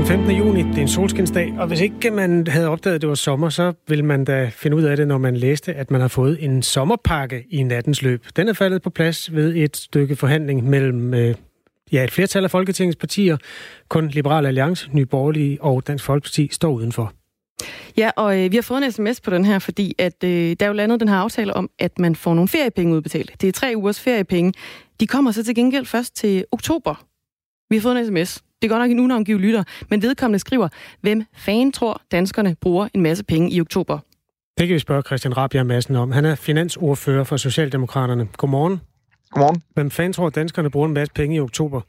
15. juni, det er en solskinsdag, og hvis ikke man havde opdaget, at det var sommer, så ville man da finde ud af det, når man læste, at man har fået en sommerpakke i nattens løb. Den er faldet på plads ved et stykke forhandling mellem et flertal af Folketingets partier. Kun Liberal Alliance, Nye Borgerlige og Dansk Folkeparti står udenfor. Ja, og vi har fået en sms på den her, fordi at, der er jo landet den her aftale om, at man får nogle feriepenge udbetalt. Det er 3 ugers feriepenge. De kommer så til gengæld først til oktober. Vi har fået en sms. Det er godt nok en unavngivet lytter, men vedkommende skriver, hvem fanden tror danskerne bruger en masse penge i oktober? Det kan vi spørge Christian Rabjerg Madsen om. Han er finansordfører for Socialdemokraterne. Godmorgen. Godmorgen. Hvem fanden tror danskerne bruger en masse penge i oktober?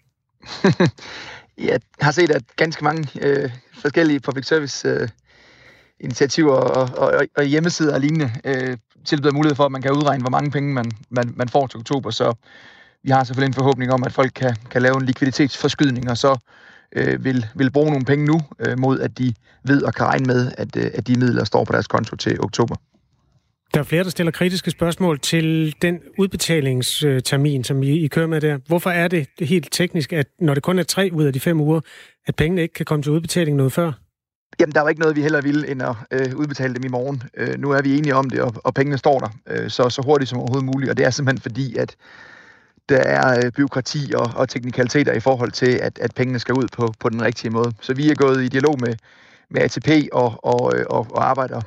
Jeg har set, at ganske mange forskellige public service initiativer og hjemmesider og lignende tilbyder mulighed for, at man kan udregne, hvor mange penge man får til oktober. Så vi har selvfølgelig en forhåbning om, at folk kan lave en likviditetsforskydning, og så vil bruge nogle penge nu, mod at de ved og kan regne med, at de midler står på deres konto til oktober. Der er flere, der stiller kritiske spørgsmål til den udbetalingstermin, som I kører med der. Hvorfor er det helt teknisk, at når det kun er 3 ud af de 5 uger, at pengene ikke kan komme til udbetaling noget før? Jamen, der er jo ikke noget, vi hellere vil, end at udbetale dem i morgen. Nu er vi enige om det, og pengene står der så hurtigt som overhovedet muligt. Og det er simpelthen fordi, at der er byråkrati og teknikaliteter i forhold til, at pengene skal ud på den rigtige måde. Så vi er gået i dialog med ATP og arbejder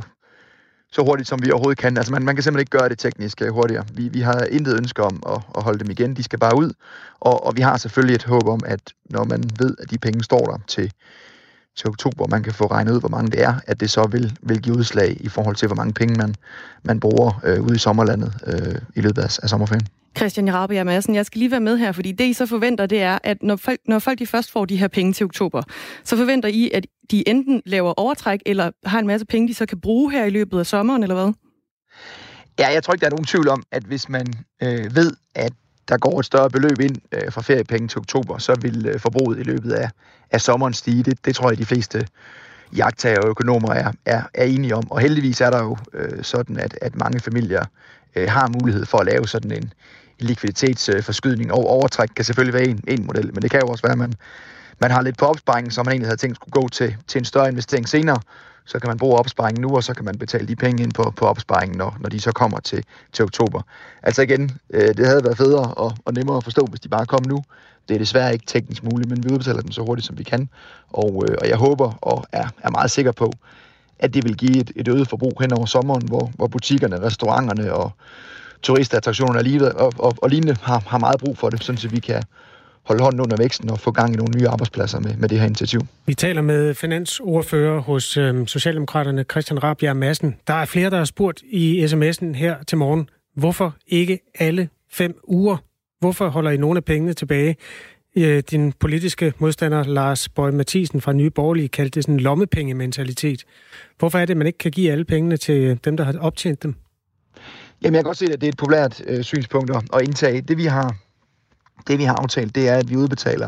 så hurtigt, som vi overhovedet kan. Altså man kan simpelthen ikke gøre det teknisk hurtigere. Vi har intet ønske om at holde dem igen. De skal bare ud. Og vi har selvfølgelig et håb om, at når man ved, at de penge står der til oktober, man kan få regnet ud, hvor mange det er, at det så vil give udslag i forhold til, hvor mange penge man bruger ude i sommerlandet i løbet af sommerferien. Christian Rabjerg Madsen, jeg skal lige være med her, fordi det I så forventer, det er, at når folk de først får de her penge til oktober, så forventer I, at de enten laver overtræk, eller har en masse penge, de så kan bruge her i løbet af sommeren, eller hvad? Ja, jeg tror ikke, der er nogen tvivl om, at hvis man ved, at der går et større beløb ind fra feriepenge til oktober, så vil forbruget i løbet af sommeren stige. Det tror jeg, de fleste iagttagere og økonomer er enige om. Og heldigvis er der jo sådan, at mange familier har mulighed for at lave sådan en likviditetsforskydning. Og overtræk kan selvfølgelig være en model, men det kan jo også være, at man har lidt på opsparingen, som man egentlig havde tænkt skulle gå til en større investering senere. Så kan man bruge opsparingen nu, og så kan man betale de penge ind på opsparingen, når de så kommer til oktober. Altså igen, det havde været federe og nemmere at forstå, hvis de bare kom nu. Det er desværre ikke teknisk muligt, men vi udbetaler dem så hurtigt, som vi kan. Og jeg håber og er meget sikker på, at det vil give et øget forbrug hen over sommeren, hvor butikkerne, restauranterne og turistattraktionerne og lignende har meget brug for det, sådan så vi kan holde hånden under væksten og få gang i nogle nye arbejdspladser med det her initiativ. Vi taler med finansordfører hos Socialdemokraterne, Christian Rabjerg Madsen. Der er flere, der har spurgt i sms'en her til morgen, hvorfor ikke alle 5 uger? Hvorfor holder I nogle af pengene tilbage? Din politiske modstander, Lars Boje Mathiesen fra Nye Borgerlige, kaldte det sådan en lommepengementalitet. Hvorfor er det, man ikke kan give alle pengene til dem, der har optjent dem? Jamen, jeg kan godt se, at det er et populært synspunkt at indtage. Det vi har aftalt, det er, at vi udbetaler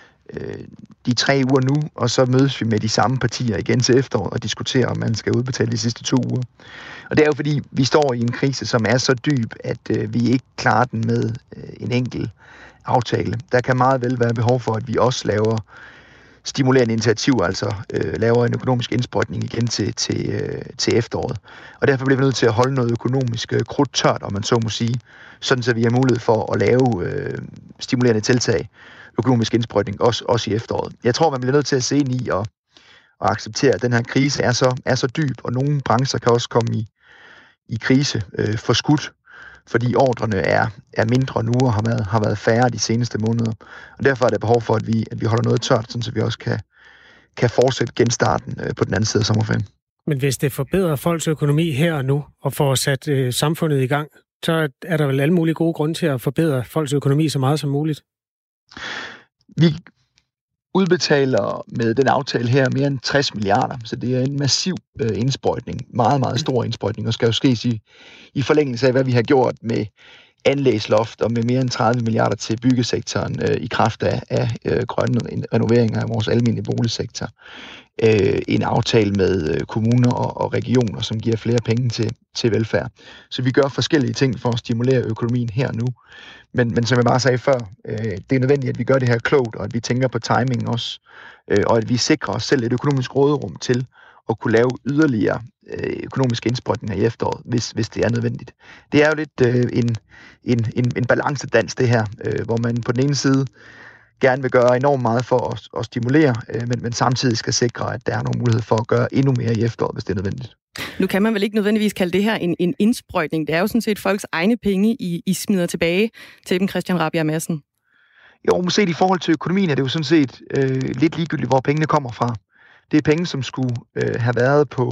de 3 uger nu, og så mødes vi med de samme partier igen til efteråret og diskuterer, om man skal udbetale de sidste 2 uger. Og det er jo fordi, vi står i en krise, som er så dyb, at vi ikke klarer den med en enkelt aftale. Der kan meget vel være behov for, at vi også laver stimulerende initiativer, altså laver en økonomisk indsprøjtning igen til efteråret. Og derfor bliver vi nødt til at holde noget økonomisk krudt tørt, om man så må sige, sådan så vi har mulighed for at lave stimulerende tiltag, økonomisk indsprøjtning, også i efteråret. Jeg tror, man bliver nødt til at se ind i og acceptere, at den her krise er så dyb, og nogle brancher kan også komme i krise forskudt, fordi ordrene er mindre nu og har været færre de seneste måneder. Og derfor er der behov for, at vi holder noget tørt, sådan så vi også kan fortsætte genstarten på den anden side af sommerferien. Men hvis det forbedrer folks økonomi her og nu, og får sat samfundet i gang, så er der vel alle mulige gode grunde til at forbedre folks økonomi så meget som muligt? Vi udbetaler med den aftale her mere end 60 milliarder, så det er en massiv indsprøjtning, meget, meget stor indsprøjtning, og skal jo ske i forlængelse af, hvad vi har gjort med anlægsloft og med mere end 30 milliarder til byggesektoren i kraft af grønne renoveringer af vores almindelige boligsektor. En aftale med kommuner og regioner, som giver flere penge til velfærd. Så vi gør forskellige ting for at stimulere økonomien her nu. Men som jeg bare sagde før, det er nødvendigt, at vi gør det her klogt, og at vi tænker på timing også, og at vi sikrer os selv et økonomisk råderum til at kunne lave yderligere økonomiske indsprøjtninger i efteråret, hvis det er nødvendigt. Det er jo lidt en balancedans, det her, hvor man på den ene side gerne vil gøre enormt meget for at stimulere, men samtidig skal sikre, at der er nogle mulighed for at gøre endnu mere i efteråret, hvis det er nødvendigt. Nu kan man vel ikke nødvendigvis kalde det her en indsprøjtning. Det er jo sådan set folks egne penge, I smider tilbage til dem, Christian Rabjerg Madsen. Jo, men set i forhold til økonomien er det jo sådan set lidt ligegyldigt, hvor pengene kommer fra. Det er penge, som skulle have været på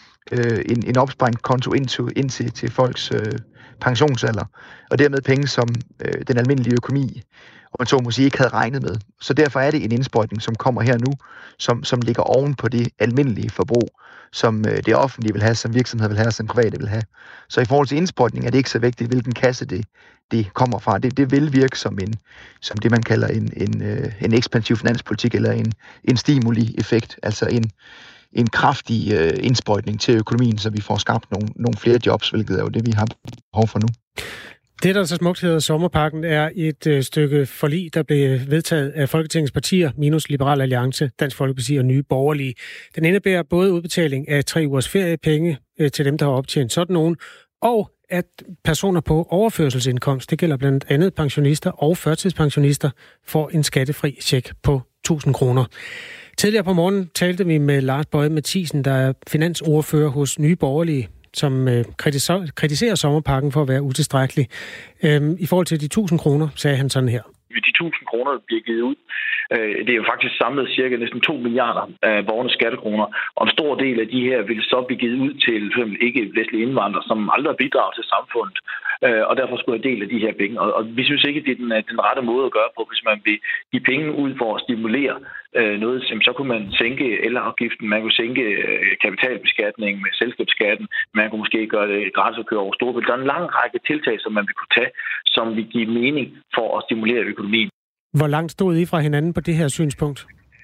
en opsparingskonto indtil til folks pensionsalder, og dermed penge, som den almindelige økonomi, og man så må sige, ikke havde regnet med. Så derfor er det en indsprøjtning, som kommer her nu, som ligger oven på det almindelige forbrug, som det offentlige vil have, som virksomheder vil have, som private vil have. Så i forhold til indsprøjtning er det ikke så vigtigt, hvilken kasse det kommer fra. Det vil virke som det, man kalder en ekspansiv finanspolitik, eller en stimuli-effekt, altså en kraftig indsprøjtning til økonomien, så vi får skabt nogle flere jobs, hvilket er jo det, vi har behov for nu. Det, der så smukt hedder Sommerpakken, er et stykke forlig, der blev vedtaget af Folketingets partier, minus Liberal Alliance, Dansk Folkeparti og Nye Borgerlige. Den indebærer både udbetaling af 3 ugers feriepenge til dem, der har optjent sådan nogen, og at personer på overførselsindkomst, det gælder blandt andet pensionister og førtidspensionister, får en skattefri check på 1.000 kroner. Tidligere på morgenen talte vi med Lars Boje Mathiesen, der er finansordfører hos Nye Borgerlige, som kritiserer sommerpakken for at være utilstrækkelig. I forhold til de 1.000 kroner, sagde han sådan her. De 1.000 kroner, der bliver givet ud, det er jo faktisk samlet cirka næsten 2 milliarder af borgernes skattekroner, og en stor del af de her vil så blive givet ud til f.eks. ikke-vestlige indvandrere, som aldrig bidrager til samfundet, og derfor skulle have del af de her penge. Og vi synes ikke, det er den rette måde at gøre på, hvis man vil give penge ud for at stimulere noget, så kunne man sænke elafgiften, man kunne sænke kapitalbeskatningen med selskabsskatten, man kunne måske gøre det gratis at køre over Storebælt. Der er en lang række tiltag, som man vil kunne tage, som vil give mening for at stimulere økonomien. Hvor langt stod I fra hinanden på det her synspunkt?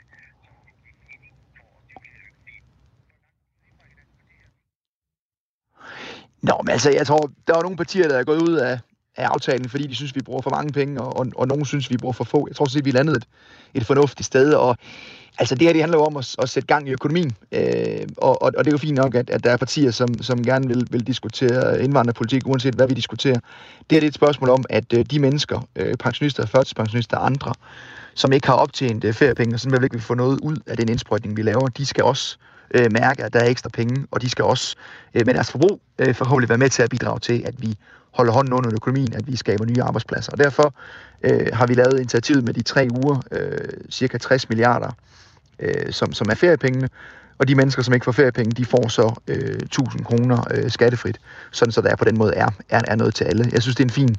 Men altså, jeg tror, der er nogle partier, der er gået ud af aftalen, fordi de synes, vi bruger for mange penge, og nogen synes, vi bruger for få. Jeg tror sådan, vi landede et fornuftigt sted, og altså det her, det handler jo om at sætte gang i økonomien, og det er jo fint nok, at der er partier, som gerne vil diskutere indvandrerpolitik, uanset hvad vi diskuterer. Det her det er et spørgsmål om, at de mennesker, pensionister, førtidspensionister og andre, som ikke har optjent feriepenge, og sådan vil ikke få noget ud af den indsprøjtning, vi laver, de skal også mærke, at der er ekstra penge, og de skal også med deres forbrug forhåbentlig være med til at bidrage til, at vi holder hånden under økonomien, at vi skaber nye arbejdspladser. Og derfor har vi lavet initiativet med de 3 uger, cirka 60 milliarder, som er feriepengene, og de mennesker, som ikke får feriepenge, de får så 1.000 kroner skattefrit, sådan så der på den måde er noget til alle. Jeg synes, det er en fin.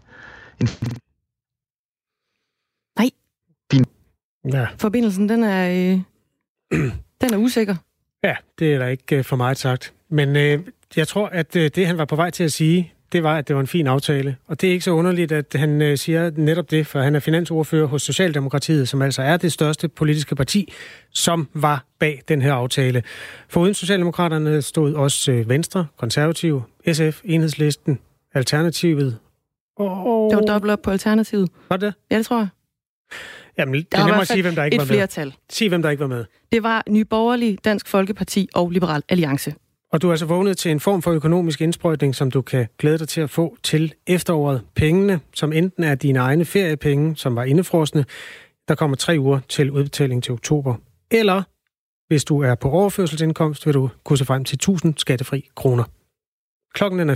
Nej. Fin. Ja. Forbindelsen, den er usikker. Ja, det er da ikke for meget sagt. Men jeg tror, at det, han var på vej til at sige, det var, at det var en fin aftale. Og det er ikke så underligt, at han siger netop det, for han er finansordfører hos Socialdemokratiet, som altså er det største politiske parti, som var bag den her aftale. Foruden Socialdemokraterne stod også Venstre, Konservative, SF, Enhedslisten, Alternativet og... Det var dobbelt op på Alternativet. Var det? Ja, det tror jeg. Jamen, det er nemmere at sige, hvem der ikke var med. Flertal. Sig, hvem der ikke var med. Det var Nye Borgerlige, Dansk Folkeparti og Liberal Alliance. Og du er altså vågnet til en form for økonomisk indsprøjtning, som du kan glæde dig til at få til efteråret. Pengene, som enten er dine egne feriepenge, som var indefrosne, der kommer 3 uger til udbetaling til oktober. Eller, hvis du er på overførselsindkomst, vil du kunne se frem til 1.000 skattefri kroner. Klokken er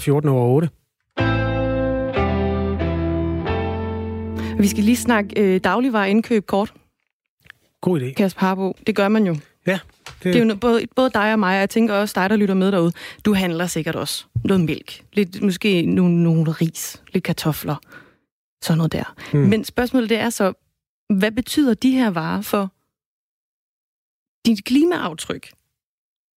14:08. Vi skal lige snakke dagligvareindkøb kort. God idé. Kasper Harbo, det gør man jo. Ja. Det er jo både dig og mig, og jeg tænker også dig, der lytter med derude. Du handler sikkert også noget mælk. Lidt, måske nogle ris, lidt kartofler. Sådan noget der. Men spørgsmålet det er så, hvad betyder de her varer for dit klimaaftryk?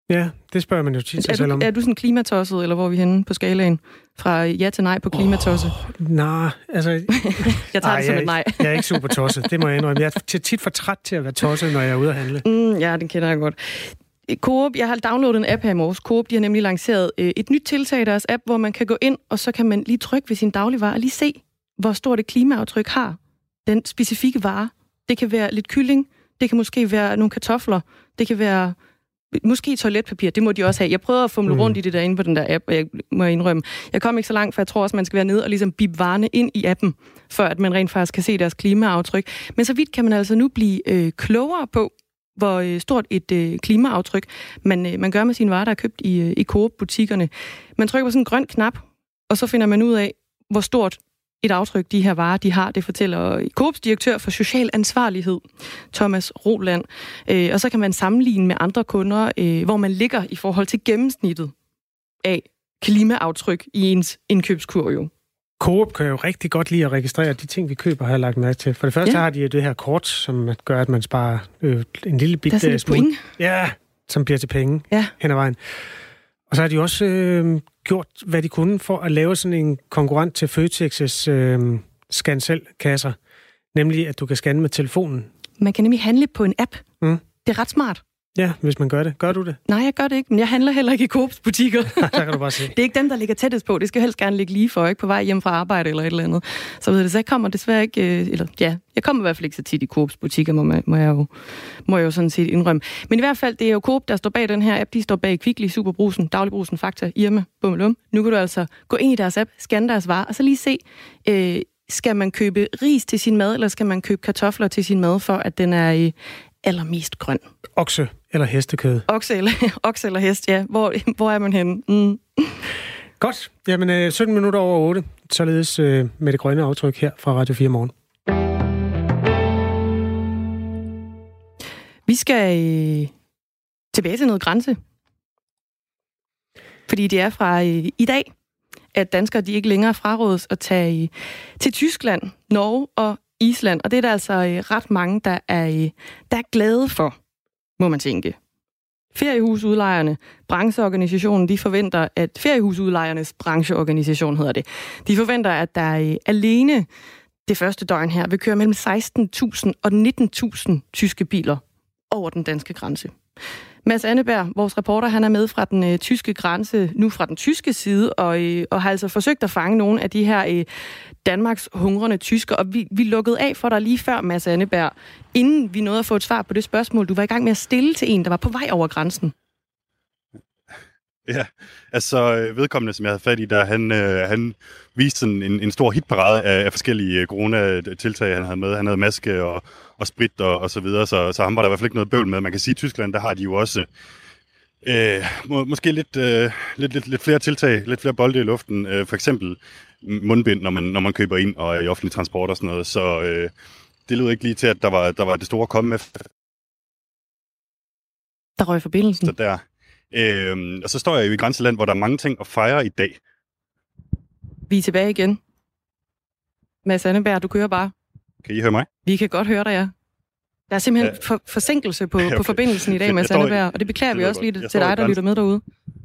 Ja, det spørger man jo tit sig selv om. Er du sådan klimatosset, eller hvor er vi henne på skalaen? Fra ja til nej på klimatosset? Nej, altså... Jeg tager det som et nej. Jeg er ikke super tosset, det må jeg indrømme. Jeg er tit for træt til at være tosset, når jeg er ude at handle. Ja, den kender jeg godt. Coop, jeg har downloadet en app her i morges. Coop, de har nemlig lanceret et nyt tiltag i deres app, hvor man kan gå ind, og så kan man lige trykke ved sin dagligvare og lige se, hvor stort et klimaaftryk har den specifikke vare. Det kan være lidt kylling, det kan måske være nogle kartofler, det kan være måske toiletpapir, det må de også have. Jeg prøvede at fumle rundt i det der inde på den der app, og jeg må indrømme, jeg kom ikke så langt, for jeg tror også, man skal være nede og ligesom bippe varerne ind i appen, for at man rent faktisk kan se deres klimaaftryk. Men så vidt kan man altså nu blive klogere på, hvor stort et klimaaftryk man gør med sine varer, der er købt i Coop-butikkerne. Man trykker på sådan en grøn knap, og så finder man ud af, hvor stort et aftryk de her varer, de har. Det fortæller Coops direktør for social ansvarlighed, Thomas Roland. Og så kan man sammenligne med andre kunder, hvor man ligger i forhold til gennemsnittet af klimaaftryk i ens indkøbskurv jo. Coop kan jo rigtig godt lide at registrere de ting, vi køber, har jeg lagt mærke til. For det første har de det her kort, som gør, at man sparer en lille bit point. Ja, som bliver til penge hen ad vejen. Og så har de også gjort, hvad de kunne for at lave sådan en konkurrent til Føtex's scan selv-kasser. Nemlig, at du kan scanne med telefonen. Man kan nemlig handle på en app. Det er ret smart. Ja, hvis man gør det. Gør du det? Nej, jeg gør det ikke, men jeg handler heller ikke i Coops butikker. Så kan du bare se. Det er ikke dem, der ligger tættest på. Det skal helst gerne ligge lige for, ikke på vej hjem fra arbejde eller et eller andet. Så ved det, så jeg kommer desværre ikke... jeg kommer i hvert fald ikke så tit i Coops butikker, må jeg jo sådan set indrømme. Men i hvert fald, det er jo Coop, der står bag den her app. De står bag Kvickly, Superbrugsen, Dagligbrusen, Fakta, Irma, Bummelum. Nu kan du altså gå ind i deres app, scanne deres varer, og så lige se... skal man købe ris til sin mad, eller skal man købe kartofler til sin mad, for at den er allermest grøn? Okse eller hestekød? Okse eller hest, ja. Hvor er man henne? Godt. Jamen, 17 minutter over 8. Således med det grønne aftryk her fra Radio 4 Morgen. Vi skal tilbage til noget grænse. Fordi det er fra i dag, at danskere de ikke længere frarådes at tage til Tyskland, Norge og Island. Og det er der altså ret mange, der er glade for, må man tænke. Feriehusudlejerne, brancheorganisationen, de forventer, at feriehusudlejernes brancheorganisation hedder det. De forventer, at der alene det første døgn her vil køre mellem 16.000 og 19.000 tyske biler over den danske grænse. Mads Anneberg, vores reporter, han er med fra den tyske grænse, nu fra den tyske side, og har altså forsøgt at fange nogle af de her Danmarks hungrende tyskere. Og vi lukkede af for dig lige før, Mads Anneberg, inden vi nåede at få et svar på det spørgsmål, du var i gang med at stille til en, der var på vej over grænsen. Ja, altså vedkommende, som jeg havde fat i, der han viste sådan en stor hitparade af forskellige coronatiltag, han havde med. Han havde maske og sprit og så videre, så ham var der i hvert fald ikke noget bøvl med. Man kan sige, at i Tyskland, der har de jo også måske lidt flere tiltag, lidt flere bolde i luften. For eksempel mundbind, når man køber ind og er i offentlig transport og sådan noget. Så det lød ikke lige til, at der var det store at komme med. Der røg forbindelsen. Så der. Og så står jeg jo i grænseland, hvor der er mange ting at fejre i dag. Vi er tilbage igen. Mads Anneberg, du kører bare. Kan I høre mig? Vi kan godt høre dig, ja. Der er simpelthen forsinkelse på forbindelsen i dag, Mads Anneberg, og det beklager vi også lige til dig, der lytter med derude.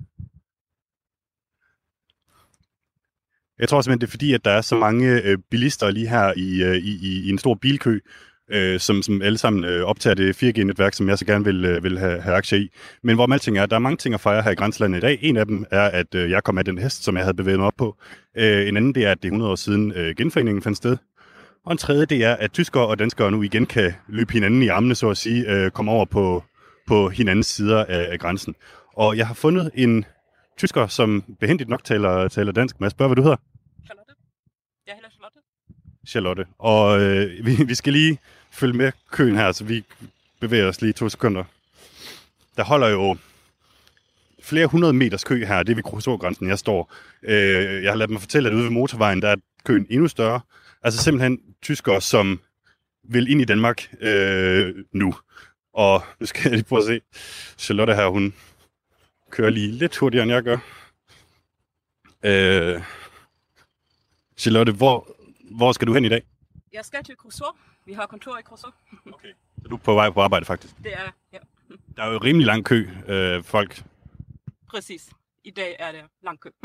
Jeg tror simpelthen, det er fordi, at der er så mange bilister lige her i en stor bilkø, som alle sammen optager det 4G-netværk, som jeg så gerne vil have aktier i. Men hvor alting er, der er mange ting at fejre her i grænselandet i dag. En af dem er, at jeg kom af den hest, som jeg havde bevæget mig op på. En anden, det er, at det er 100 år siden genforeningen fandt sted. Og en tredje, det er, at tyskere og danskere nu igen kan løbe hinanden i armene, så at sige, komme over på hinandens sider af grænsen. Og jeg har fundet en tysker, som behændigt nok taler dansk. Må jeg spørge, hvad du hedder? Charlotte. Jeg hedder Charlotte. Og vi skal lige følge med køen her, så vi bevæger os lige 2 sekunder. Der holder jo flere 100 meters kø her, det er ved Krusågrænsen, jeg står. Jeg har ladet mig fortælle, at ude ved motorvejen, der er køen endnu større. Altså simpelthen tyskere, som vil ind i Danmark nu. Og nu skal jeg lige prøve at se. Charlotte her, hun kører lige lidt hurtigere, end jeg gør. Charlotte, hvor skal du hen i dag? Jeg skal til Kruså. Vi har kontor i Kruså. Okay. Så du er på vej på arbejde, faktisk? Det er, ja. Der er jo rimelig lang kø. Folk Præcis. I dag er det lang kø.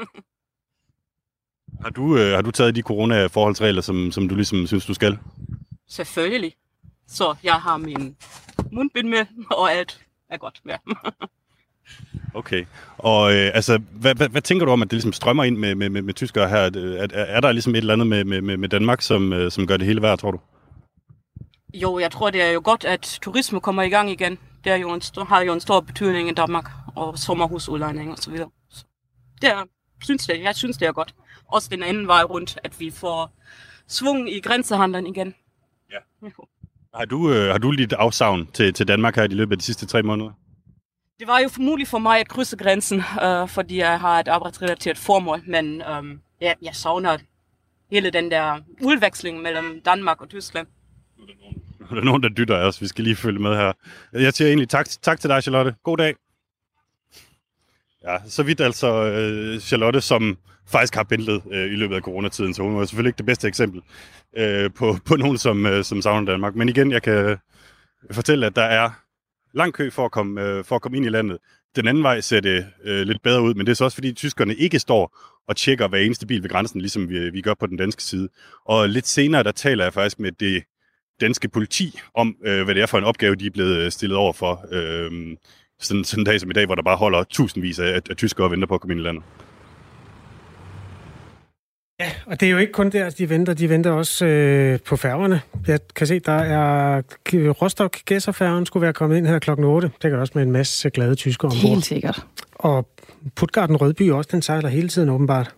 Har du taget de corona-forholdsregler, som du ligesom synes, du skal? Selvfølgelig. Så jeg har min mundbind med, og alt er godt. Ja. Okay. Og hvad tænker du om, at det ligesom strømmer ind med tyskere her? Er der ligesom et eller andet med Danmark, som gør det hele værd, tror du? Jo, jeg tror, det er jo godt, at turisme kommer i gang igen. Det er jo har jo en stor betydning i Danmark, og sommerhusudlejning og så videre. Så jeg synes, det er godt. Også den anden vej rundt, at vi får svung i grænsehandlen igen. Ja. Har du lidt afsavn til Danmark her i løbet af de sidste 3 måneder? Det var jo muligt for mig at krydse grænsen, fordi jeg har et arbejdsrelateret formål, men jeg savner hele den der udveksling mellem Danmark og Tyskland. Der er nogen, der dytter af os. Vi skal lige følge med her. Jeg siger egentlig tak til dig, Charlotte. God dag. Ja, så vidt altså Charlotte, som faktisk har pendlet i løbet af coronatiden, så hun er selvfølgelig ikke det bedste eksempel på nogen, som savner Danmark. Men igen, jeg kan fortælle, at der er lang kø for at komme ind i landet. Den anden vej ser det lidt bedre ud, men det er så også fordi tyskerne ikke står og tjekker hver eneste bil ved grænsen, ligesom vi gør på den danske side. Og lidt senere, der taler jeg faktisk med det danske politi om, hvad det er for en opgave, de er blevet stillet over for. Sådan en dag som i dag, hvor der bare holder tusindvis af tyskere og venter på at komme ind i landet. Ja, og det er jo ikke kun der, de venter også på færgerne. Jeg kan se, der er Rostock-Gæsserfærgen skulle være kommet ind her klokken 8. Det kan også med en masse glade tyskere ombord. Helt sikkert. Og Puttgarden Rødby også, den sejler hele tiden åbenbart.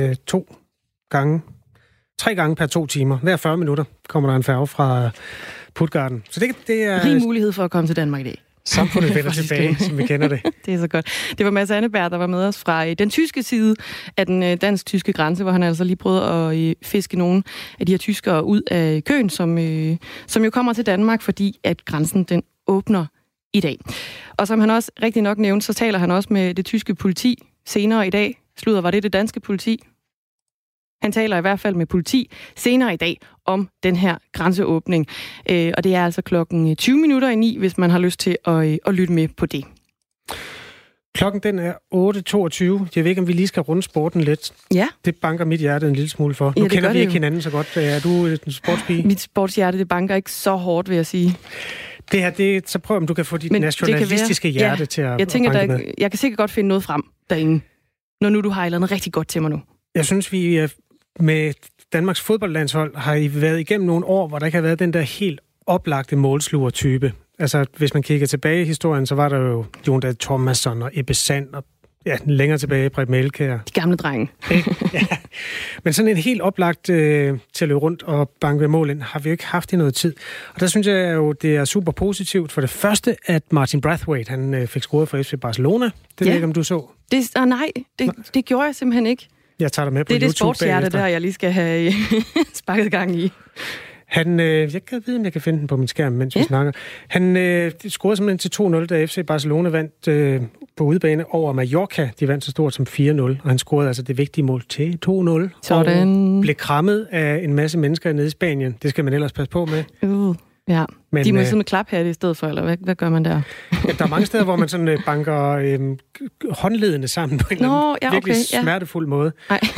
3 gange per 2 timer. Hver 40 minutter kommer der en færge fra Puttgarden. Så det er... Rig mulighed for at komme til Danmark i dag. Samfundet vender tilbage, som vi kender det. Det er så godt. Det var Mads Anneberg, der var med os fra den tyske side af den dansk-tyske grænse, hvor han altså lige prøvede at fiske nogle af de her tyskere ud af køen, som jo kommer til Danmark, fordi at grænsen den åbner i dag. Og som han også rigtig nok nævnte, så taler han også med det tyske politi senere i dag. Var det danske politi? Han taler i hvert fald med politi senere i dag om den her grænseåbning. Og det er altså 8:20, hvis man har lyst til at lytte med på det. Klokken den er 8:22. Jeg ved ikke, om vi lige skal runde sporten lidt. Ja. Det banker mit hjerte en lille smule for. Nu kender vi ikke hinanden så godt. Er du en sportspige? Mit sportshjerte, det banker ikke så hårdt, vil jeg sige. Det her, så prøv om du kan få dit nationalistiske hjerte til at banke med. Jeg kan sikkert godt finde noget frem derinde, når nu du har et eller andet rigtig godt til mig nu. Jeg synes, vi med Danmarks fodboldlandshold har I været igennem nogle år, hvor der ikke har været den der helt oplagte målsluger-type. Altså, hvis man kigger tilbage i historien, så var der jo Jon Dahl Tomasson og Ebbe Sand og længere tilbage Preben Elkjær. De gamle drenge. Ja. Men sådan en helt oplagt til at løbe rundt og banke mål ind, har vi jo ikke haft i noget tid. Og der synes jeg jo, det er super positivt. For det første, at Martin Braithwaite, han fik scoret for FC Barcelona. Det ved jeg ikke, om du så. Det gjorde jeg simpelthen ikke. Jeg tager dig med på YouTube. Det er det sportshjerte, der jeg lige skal have sparket gang i. Jeg kan vide, om jeg kan finde den på min skærm, mens vi snakker. Han scorede simpelthen til 2-0, da FC Barcelona vandt på udebane over Mallorca. De vandt så stort som 4-0, og han scorede altså det vigtige mål til 2-0. Sådan. Og blev krammet af en masse mennesker nede i Spanien. Det skal man ellers passe på med. Ja. Men, de må sidde med klaphatte i stedet for, eller hvad gør man der? Ja, der er mange steder, hvor man sådan banker håndledene sammen på en eller anden virkelig smertefuld måde.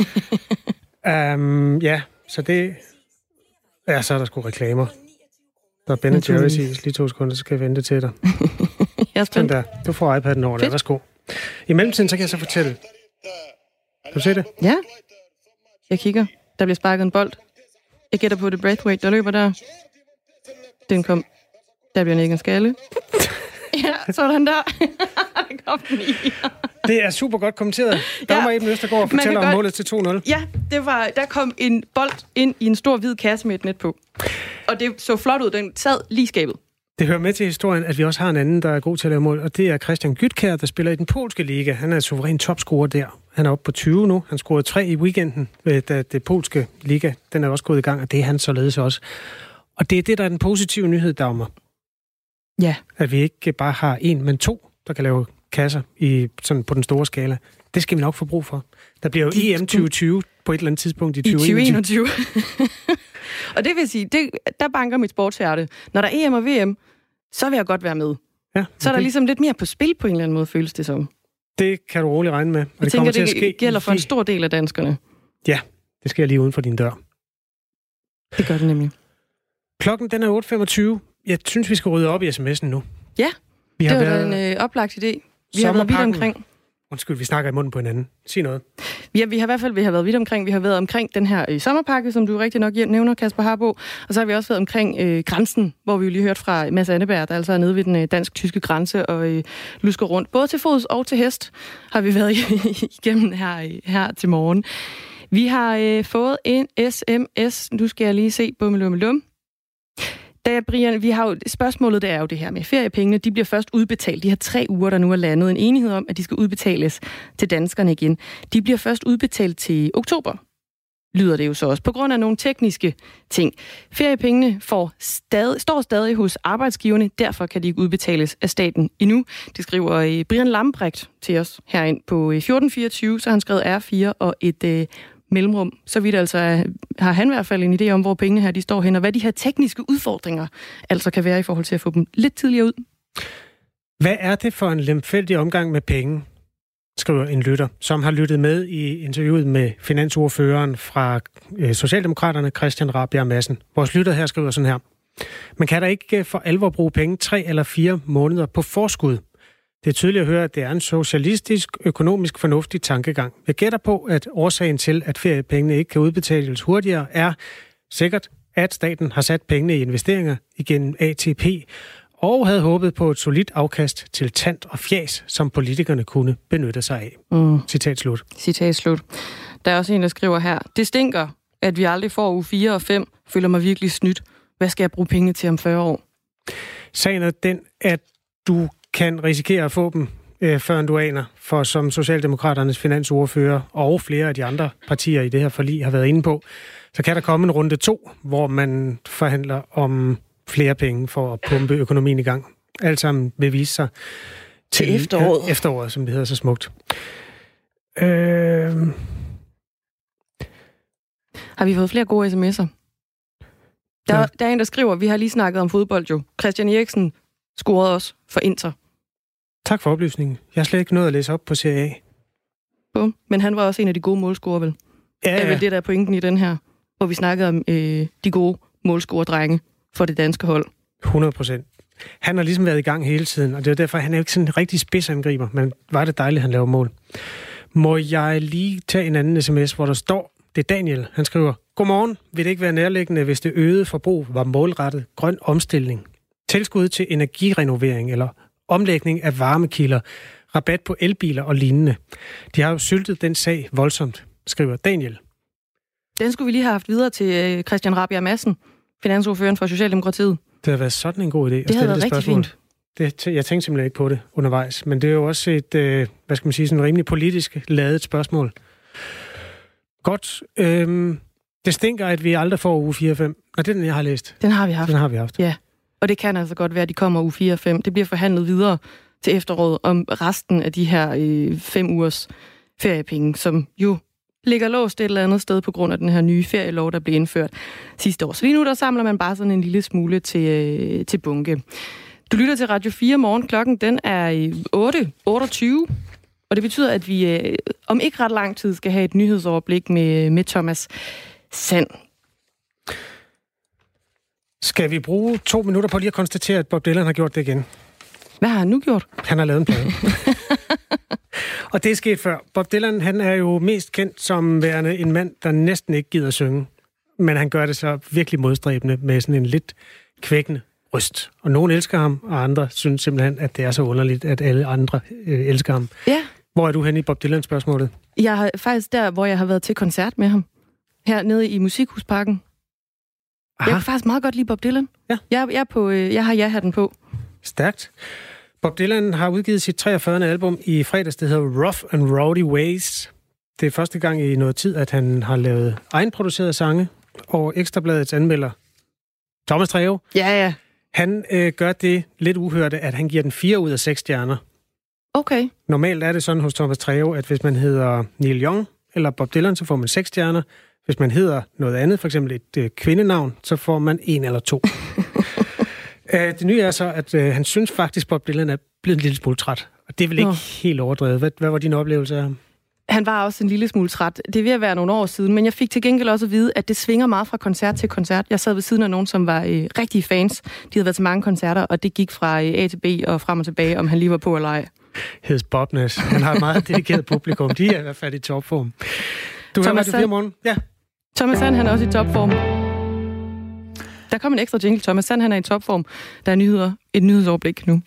Så det... Ja, så er der sgu reklamer. Der er Ben & Jerry's lige 2 sekunder, så skal jeg vente til dig. Jeg er spændt. Du får iPad'en over der. Værsgo. I mellemtiden, så kan jeg så fortælle. Kan du se det? Ja. Jeg kigger. Der bliver sparket en bold. Jeg gætter på det Braithwaite, der løber der. Den kom. Der bliver ikke en skalle. Ja, sådan der. Det kom den i. Det er super godt kommenteret. Dommer Eben Østergaard fortæller om målet til 2-0. Ja, der kom en bold ind i en stor hvid kasse med et net på. Og det så flot ud. Den sad lige skabet. Det hører med til historien, at vi også har en anden, der er god til at lave mål, og det er Christian Gytkjær, der spiller i den polske liga. Han er suveræn topscorer der. Han er oppe på 20 nu. Han scorede 3 i weekenden, da det polske liga, den er også gået i gang, og det er han således også. Og det er det, der er den positive nyhed, Dagmar. Ja. At vi ikke bare har 1, men 2, der kan lave kasser sådan på den store skala. Det skal vi nok få brug for. Der bliver jo EM 2020 på et eller andet tidspunkt i 2021. Og det vil sige, der banker mit sportshjerte. Når der er EM og VM, så vil jeg godt være med. Ja, så er der ligesom lidt mere på spil på en eller anden måde, føles det som. Det kan du roligt regne med. Og jeg tænker, det gælder for en stor del af danskerne. Ja, det sker lige uden for din dør. Det gør det nemlig. Klokken den er 8.25. Jeg synes, vi skal rydde op i sms'en nu. Ja, det var en oplagt idé. Vi har været vidt omkring. Undskyld, vi snakker i munden på hinanden. Sig noget. Ja, vi har i hvert fald været vidt omkring. Vi har været omkring den her sommerpakke, som du rigtig nok nævner, Kasper Harbo. Og så har vi også været omkring grænsen, hvor vi jo lige hørte fra Mads Anneberg, der altså er nede ved den dansk-tyske grænse og lusker rundt. Både til fods og til hest har vi været igennem her til morgen. Vi har fået en sms. Nu skal jeg lige se bummelummelum. Brian, vi har jo, spørgsmålet det er jo det her med feriepengene. De bliver først udbetalt. De her 3 uger, der nu er landet en enighed om, at de skal udbetales til danskerne igen. De bliver først udbetalt til oktober, lyder det jo så også, på grund af nogle tekniske ting. Feriepengene står stadig hos arbejdsgiverne, derfor kan de ikke udbetales af staten endnu. Det skriver Brian Lambrecht til os herind på 1424, så har han skrevet R4 og et mellemrum. Så vidt altså har han i hvert fald en idé om, hvor pengene her de står hen, og hvad de her tekniske udfordringer altså kan være i forhold til at få dem lidt tidligere ud. Hvad er det for en lemfældig omgang med penge, skriver en lytter, som har lyttet med i interviewet med finansordføreren fra Socialdemokraterne, Christian Rabjerg Madsen. Vores lytter her skriver sådan her. Man kan da ikke for alvor bruge penge 3 eller 4 måneder på forskud. Det er tydeligt at høre, at det er en socialistisk, økonomisk fornuftig tankegang. Jeg gætter på, at årsagen til, at feriepengene ikke kan udbetales hurtigere, er sikkert, at staten har sat pengene i investeringer igennem ATP, og havde håbet på et solidt afkast til tand og fjas, som politikerne kunne benytte sig af. Citat slut. Citat slut. Der er også en, der skriver her. Det stinker, at vi aldrig får uge 4 og 5. Føler mig virkelig snydt. Hvad skal jeg bruge pengene til om 40 år? Sagen er den, at du kan risikere at få dem, før du aner, for som Socialdemokraternes finansordfører og flere af de andre partier i det her forlig har været inde på, så kan der komme en runde 2, hvor man forhandler om flere penge for at pumpe økonomien i gang. Alt sammen vil vise sig til efteråret. Efteråret, som det hedder så smukt. Har vi fået flere gode sms'er? Der er en, der skriver, vi har lige snakket om fodbold jo. Christian Eriksen scorede også for Inter. Tak for oplysningen. Jeg har slet ikke nået at læse op på Serie A. Bum. Men han var også en af de gode målscorer, vel? Ja. Det er vel det, der er pointen i den her, hvor vi snakkede om de gode målscorer-drenge for det danske hold. 100%. Han har ligesom været i gang hele tiden, og det er derfor, han er jo ikke sådan en rigtig spidsangriber, men var det dejligt, han laver mål. Må jeg lige tage en anden sms, hvor der står, det er Daniel, han skriver, godmorgen, vil det ikke være nærliggende, hvis det øgede forbrug var målrettet grøn omstilling? Tilskud til energirenovering eller omlægning af varmekilder, rabat på elbiler og lignende. De har jo syltet den sag voldsomt, skriver Daniel. Den skulle vi lige have haft videre til Christian Rabjerg Madsen, finansordføreren for Socialdemokratiet. Det har været sådan en god idé at stille det spørgsmål. Rigtig fint. Jeg tænkte simpelthen ikke på det undervejs, men det er jo også et, hvad skal man sige, sådan rimelig politisk ladet spørgsmål. Godt. Det stinker, at vi aldrig får uge 4 og 5. Og den, jeg har læst. Den har vi haft. Ja. Og det kan altså godt være, at de kommer uge 4 og 5. Det bliver forhandlet videre til efteråret om resten af de her 5 ugers feriepenge, som jo ligger låst et eller andet sted på grund af den her nye ferielov, der blev indført sidste år. Så lige nu, der samler man bare sådan en lille smule til bunke. Du lytter til Radio 4 morgen. Klokken den er 8.28, og det betyder, at vi om ikke ret lang tid skal have et nyhedsoverblik med Thomas Sand. Skal vi bruge 2 minutter på lige at konstatere, at Bob Dylan har gjort det igen? Hvad har han nu gjort? Han har lavet en plade. Og det er sket før. Bob Dylan, han er jo mest kendt som værende en mand, der næsten ikke gider synge. Men han gør det så virkelig modstræbende med sådan en lidt kvækkende røst. Og nogen elsker ham, og andre synes simpelthen, at det er så underligt, at alle andre elsker ham. Ja. Hvor er du henne i Bob Dylan-spørgsmålet? Jeg har faktisk der, hvor jeg har været til koncert med ham. Hernede i Musikhusparken. Aha. Jeg kan faktisk meget godt lide Bob Dylan. Ja. Jeg har ja-hatten på. Stærkt. Bob Dylan har udgivet sit 43. album i fredags, det hedder Rough and Rowdy Ways. Det er første gang i noget tid, at han har lavet egenproducerede sange, og Ekstrabladets anmelder Thomas Treve. Ja. Han gør det lidt uhørte, at han giver den 4 ud af 6 stjerner. Okay. Normalt er det sådan hos Thomas Treve, at hvis man hedder Neil Young eller Bob Dylan, så får man 6 stjerner. Hvis man hedder noget andet, for eksempel et kvindenavn, så får man 1 eller 2. Det nye er så, at han synes faktisk, Bob Dylan er blevet en lille smule træt. Og Det er vel ikke helt overdrevet. Hvad var din oplevelse af ham? Han var også en lille smule træt. Det er ved at være nogle år siden, men jeg fik til gengæld også at vide, at det svinger meget fra koncert til koncert. Jeg sad ved siden af nogen, som var rigtige fans. De havde været til mange koncerter, og det gik fra A til B og frem og tilbage, om han lige var på eller ej. Hes Bobnes. Han har et meget dedikeret publikum. De er i hvert fald i topform. Du hører Radio 4 morgen. Ja. Thomas Sand, han er også i topform. Der kom en ekstra jingle. Thomas Sand, han er i topform. Der er nyheder. Et nyhedsoverblik nu.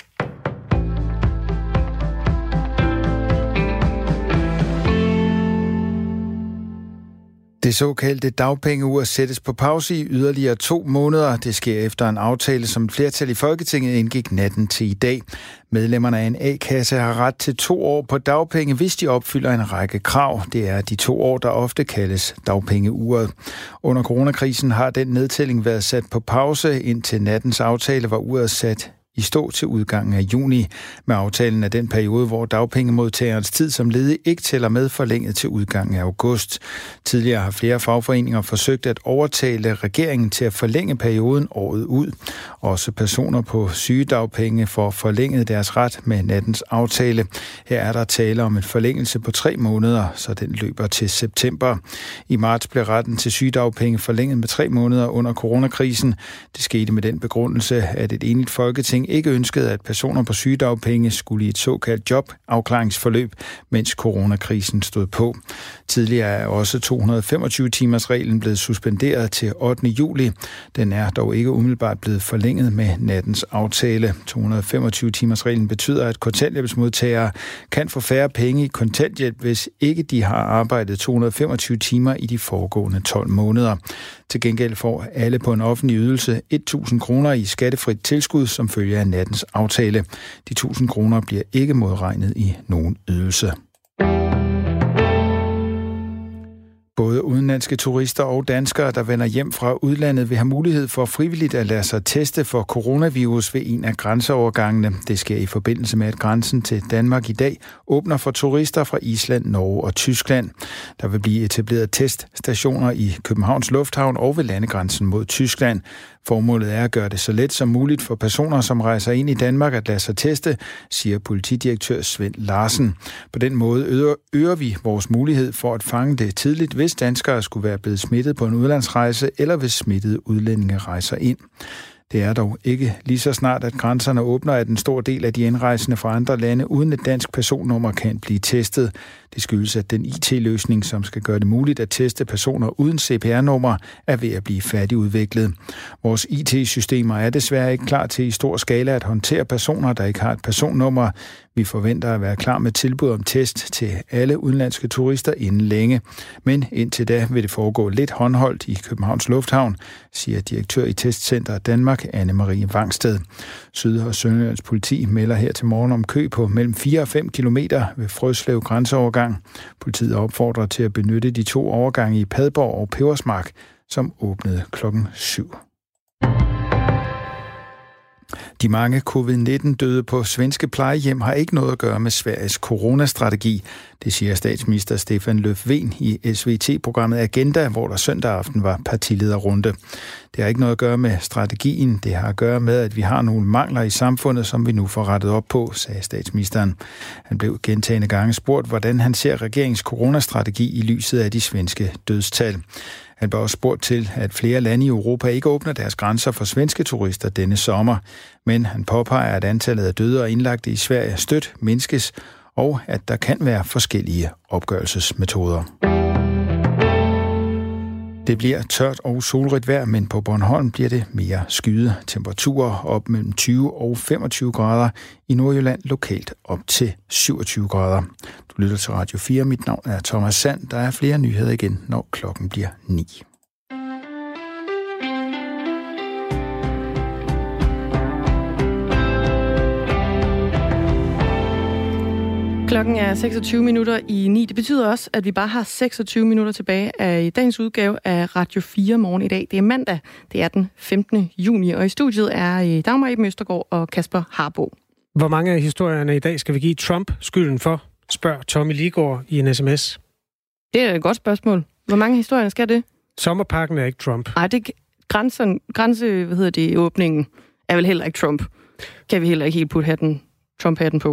Det såkaldte dagpengeur sættes på pause i yderligere 2 måneder. Det sker efter en aftale, som et flertal i Folketinget indgik natten til i dag. Medlemmerne af en A-kasse har ret til 2 år på dagpenge, hvis de opfylder en række krav. Det er de 2 år, der ofte kaldes dagpengeuret. Under coronakrisen har den nedtælling været sat på pause. Indtil nattens aftale var uret sat i stå til udgangen af juni. Med aftalen af den periode, hvor dagpengemodtagerens tid som ledig ikke tæller med, forlænget til udgangen af august. Tidligere har flere fagforeninger forsøgt at overtale regeringen til at forlænge perioden året ud. Også personer på sygedagpenge får forlænget deres ret med nattens aftale. Her er der tale om en forlængelse på 3 måneder, så den løber til september. I marts blev retten til sygedagpenge forlænget med 3 måneder under coronakrisen. Det skete med den begrundelse, at et enigt Folketing ikke ønskede, at personer på sygedagpenge skulle i et såkaldt jobafklaringsforløb, mens coronakrisen stod på. Tidligere er også 225-timers-reglen blevet suspenderet til 8. juli. Den er dog ikke umiddelbart blevet forlænget med nattens aftale. 225-timers-reglen betyder, at kontanthjælpsmodtagere kan få færre penge i kontanthjælp, hvis ikke de har arbejdet 225 timer i de foregående 12 måneder. Til gengæld får alle på en offentlig ydelse 1.000 kroner i skattefrit tilskud, som følger af nattens aftale. De 1.000 kroner bliver ikke modregnet i nogen ydelse. Både udenlandske turister og danskere, der vender hjem fra udlandet, vil have mulighed for frivilligt at lade sig teste for coronavirus ved en af grænseovergangene. Det sker i forbindelse med, at grænsen til Danmark i dag åbner for turister fra Island, Norge og Tyskland. Der vil blive etableret teststationer i Københavns Lufthavn og ved landegrænsen mod Tyskland. Formålet er at gøre det så let som muligt for personer, som rejser ind i Danmark, at lade sig teste, siger politidirektør Svend Larsen. På den måde øger vi vores mulighed for at fange det tidligt, hvis danskere skulle være blevet smittet på en udlandsrejse, eller hvis smittede udlændinge rejser ind. Det er dog ikke lige så snart, at grænserne åbner, at en stor del af de indrejsende fra andre lande uden et dansk personnummer kan blive testet. Det skyldes, at den IT-løsning, som skal gøre det muligt at teste personer uden CPR-nummer, er ved at blive færdigudviklet. Vores IT-systemer er desværre ikke klar til i stor skala at håndtere personer, der ikke har et personnummer. Vi forventer at være klar med tilbud om test til alle udenlandske turister inden længe. Men indtil da vil det foregå lidt håndholdt i Københavns Lufthavn, siger direktør i Testcenter Danmark, Anne-Marie Vangsted. Syd- og Sønderjyllands politi melder her til morgen om kø på mellem 4 og 5 kilometer ved Frøslev grænseovergang. Politiet opfordrer til at benytte de 2 overgange i Padborg og Pebersmark, som åbnede klokken 7. De mange covid-19-døde på svenske plejehjem har ikke noget at gøre med Sveriges coronastrategi. Det siger statsminister Stefan Löfven i SVT-programmet Agenda, hvor der søndag aften var partilederrunde. Det har ikke noget at gøre med strategien. Det har at gøre med, at vi har nogle mangler i samfundet, som vi nu får rettet op på, sagde statsministeren. Han blev gentagne gange spurgt, hvordan han ser regeringens coronastrategi i lyset af de svenske dødstal. Han blev også spurgt til, at flere lande i Europa ikke åbner deres grænser for svenske turister denne sommer. Men han påpeger, at antallet af døde og indlagte i Sverige støt mindskes, og at der kan være forskellige opgørelsesmetoder. Det bliver tørt og solrigt vejr, men på Bornholm bliver det mere skyet. Temperaturer op mellem 20 og 25 grader. I Nordjylland lokalt op til 27 grader. Du lytter til Radio 4. Mit navn er Thomas Sand. Der er flere nyheder igen, når klokken bliver 9. Klokken er 26 minutter i 9. Det betyder også, at vi bare har 26 minutter tilbage af dagens udgave af Radio 4 morgen i dag. Det er mandag. Det er den 15. juni, og i studiet er Dagmar Eben Østergaard og Kasper Harbo. Hvor mange af historierne i dag skal vi give Trump skylden for, spørger Tommy Ligård i en sms. Det er et godt spørgsmål. Hvor mange historier skal det? Sommerpakken er ikke Trump. Nej, det åbningen er vel heller ikke Trump. Kan vi heller ikke helt putte Trump-hatten på.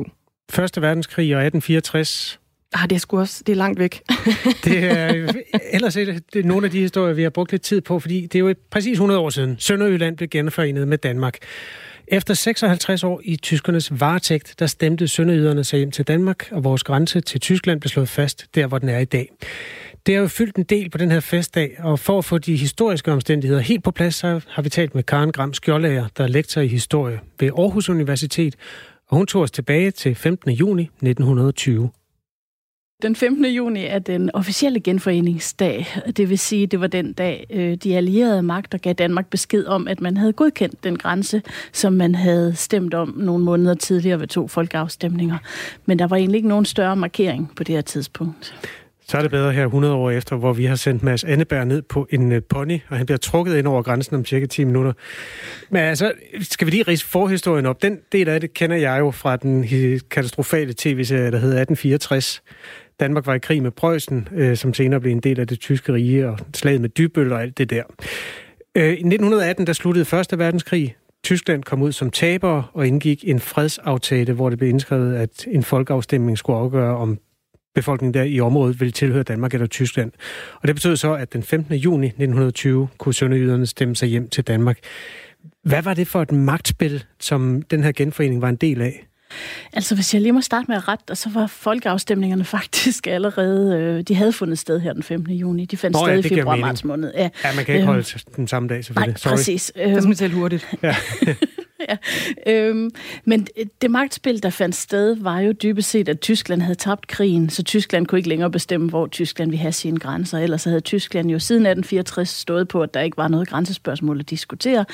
Første verdenskrig og 1864. Det er langt væk. Det er ellers det er nogle af de historier, vi har brugt lidt tid på, fordi det er jo præcis 100 år siden. Sønderjylland blev genforenet med Danmark. Efter 56 år i tyskernes varetægt, der stemte sønderjyderne sig hjem til Danmark, og vores grænse til Tyskland blev slået fast der, hvor den er i dag. Det har jo fyldt en del på den her festdag, og for at få de historiske omstændigheder helt på plads, så har vi talt med Karen Gram Skjoldager, der er lektor i historie ved Aarhus Universitet, og hun tog os tilbage til 15. juni 1920. Den 15. juni er den officielle genforeningsdag. Det vil sige, det var den dag, de allierede magter gav Danmark besked om, at man havde godkendt den grænse, som man havde stemt om nogle måneder tidligere ved 2 folkeafstemninger. Men der var egentlig ikke nogen større markering på det her tidspunkt. Så er det bedre her 100 år efter, hvor vi har sendt Mads Anneberg ned på en pony, og han bliver trukket ind over grænsen om cirka 10 minutter. Men altså, skal vi lige ridse forhistorien op? Den del af det kender jeg jo fra den katastrofale tv-serie, der hedder 1864. Danmark var i krig med Preussen, som senere blev en del af det tyske rige, og slaget med Dybbøl og alt det der. I 1918, der sluttede 1. verdenskrig. Tyskland kom ud som taber og indgik en fredsaftale, hvor det blev indskrevet, at en folkeafstemning skulle afgøre, om befolkningen der i området ville tilhøre Danmark eller Tyskland. Og det betød så, at den 15. juni 1920 kunne sønderjyderne stemme sig hjem til Danmark. Hvad var det for et magtspil, som den her genforening var en del af? Altså, hvis jeg lige må starte med at rette, så var folkeafstemningerne faktisk allerede, de havde fundet sted her den 15. juni. De fandt sted i februar-marts måned. Ja, man kan ikke holde den samme dag, selvfølgelig. Nej, præcis. Det skal man tælle hurtigt. Ja. Ja. Men det magtspil, der fandt sted, var jo dybest set, at Tyskland havde tabt krigen, så Tyskland kunne ikke længere bestemme, hvor Tyskland ville have sine grænser. Ellers havde Tyskland jo siden 1864 stået på, at der ikke var noget grænsespørgsmål at diskutere.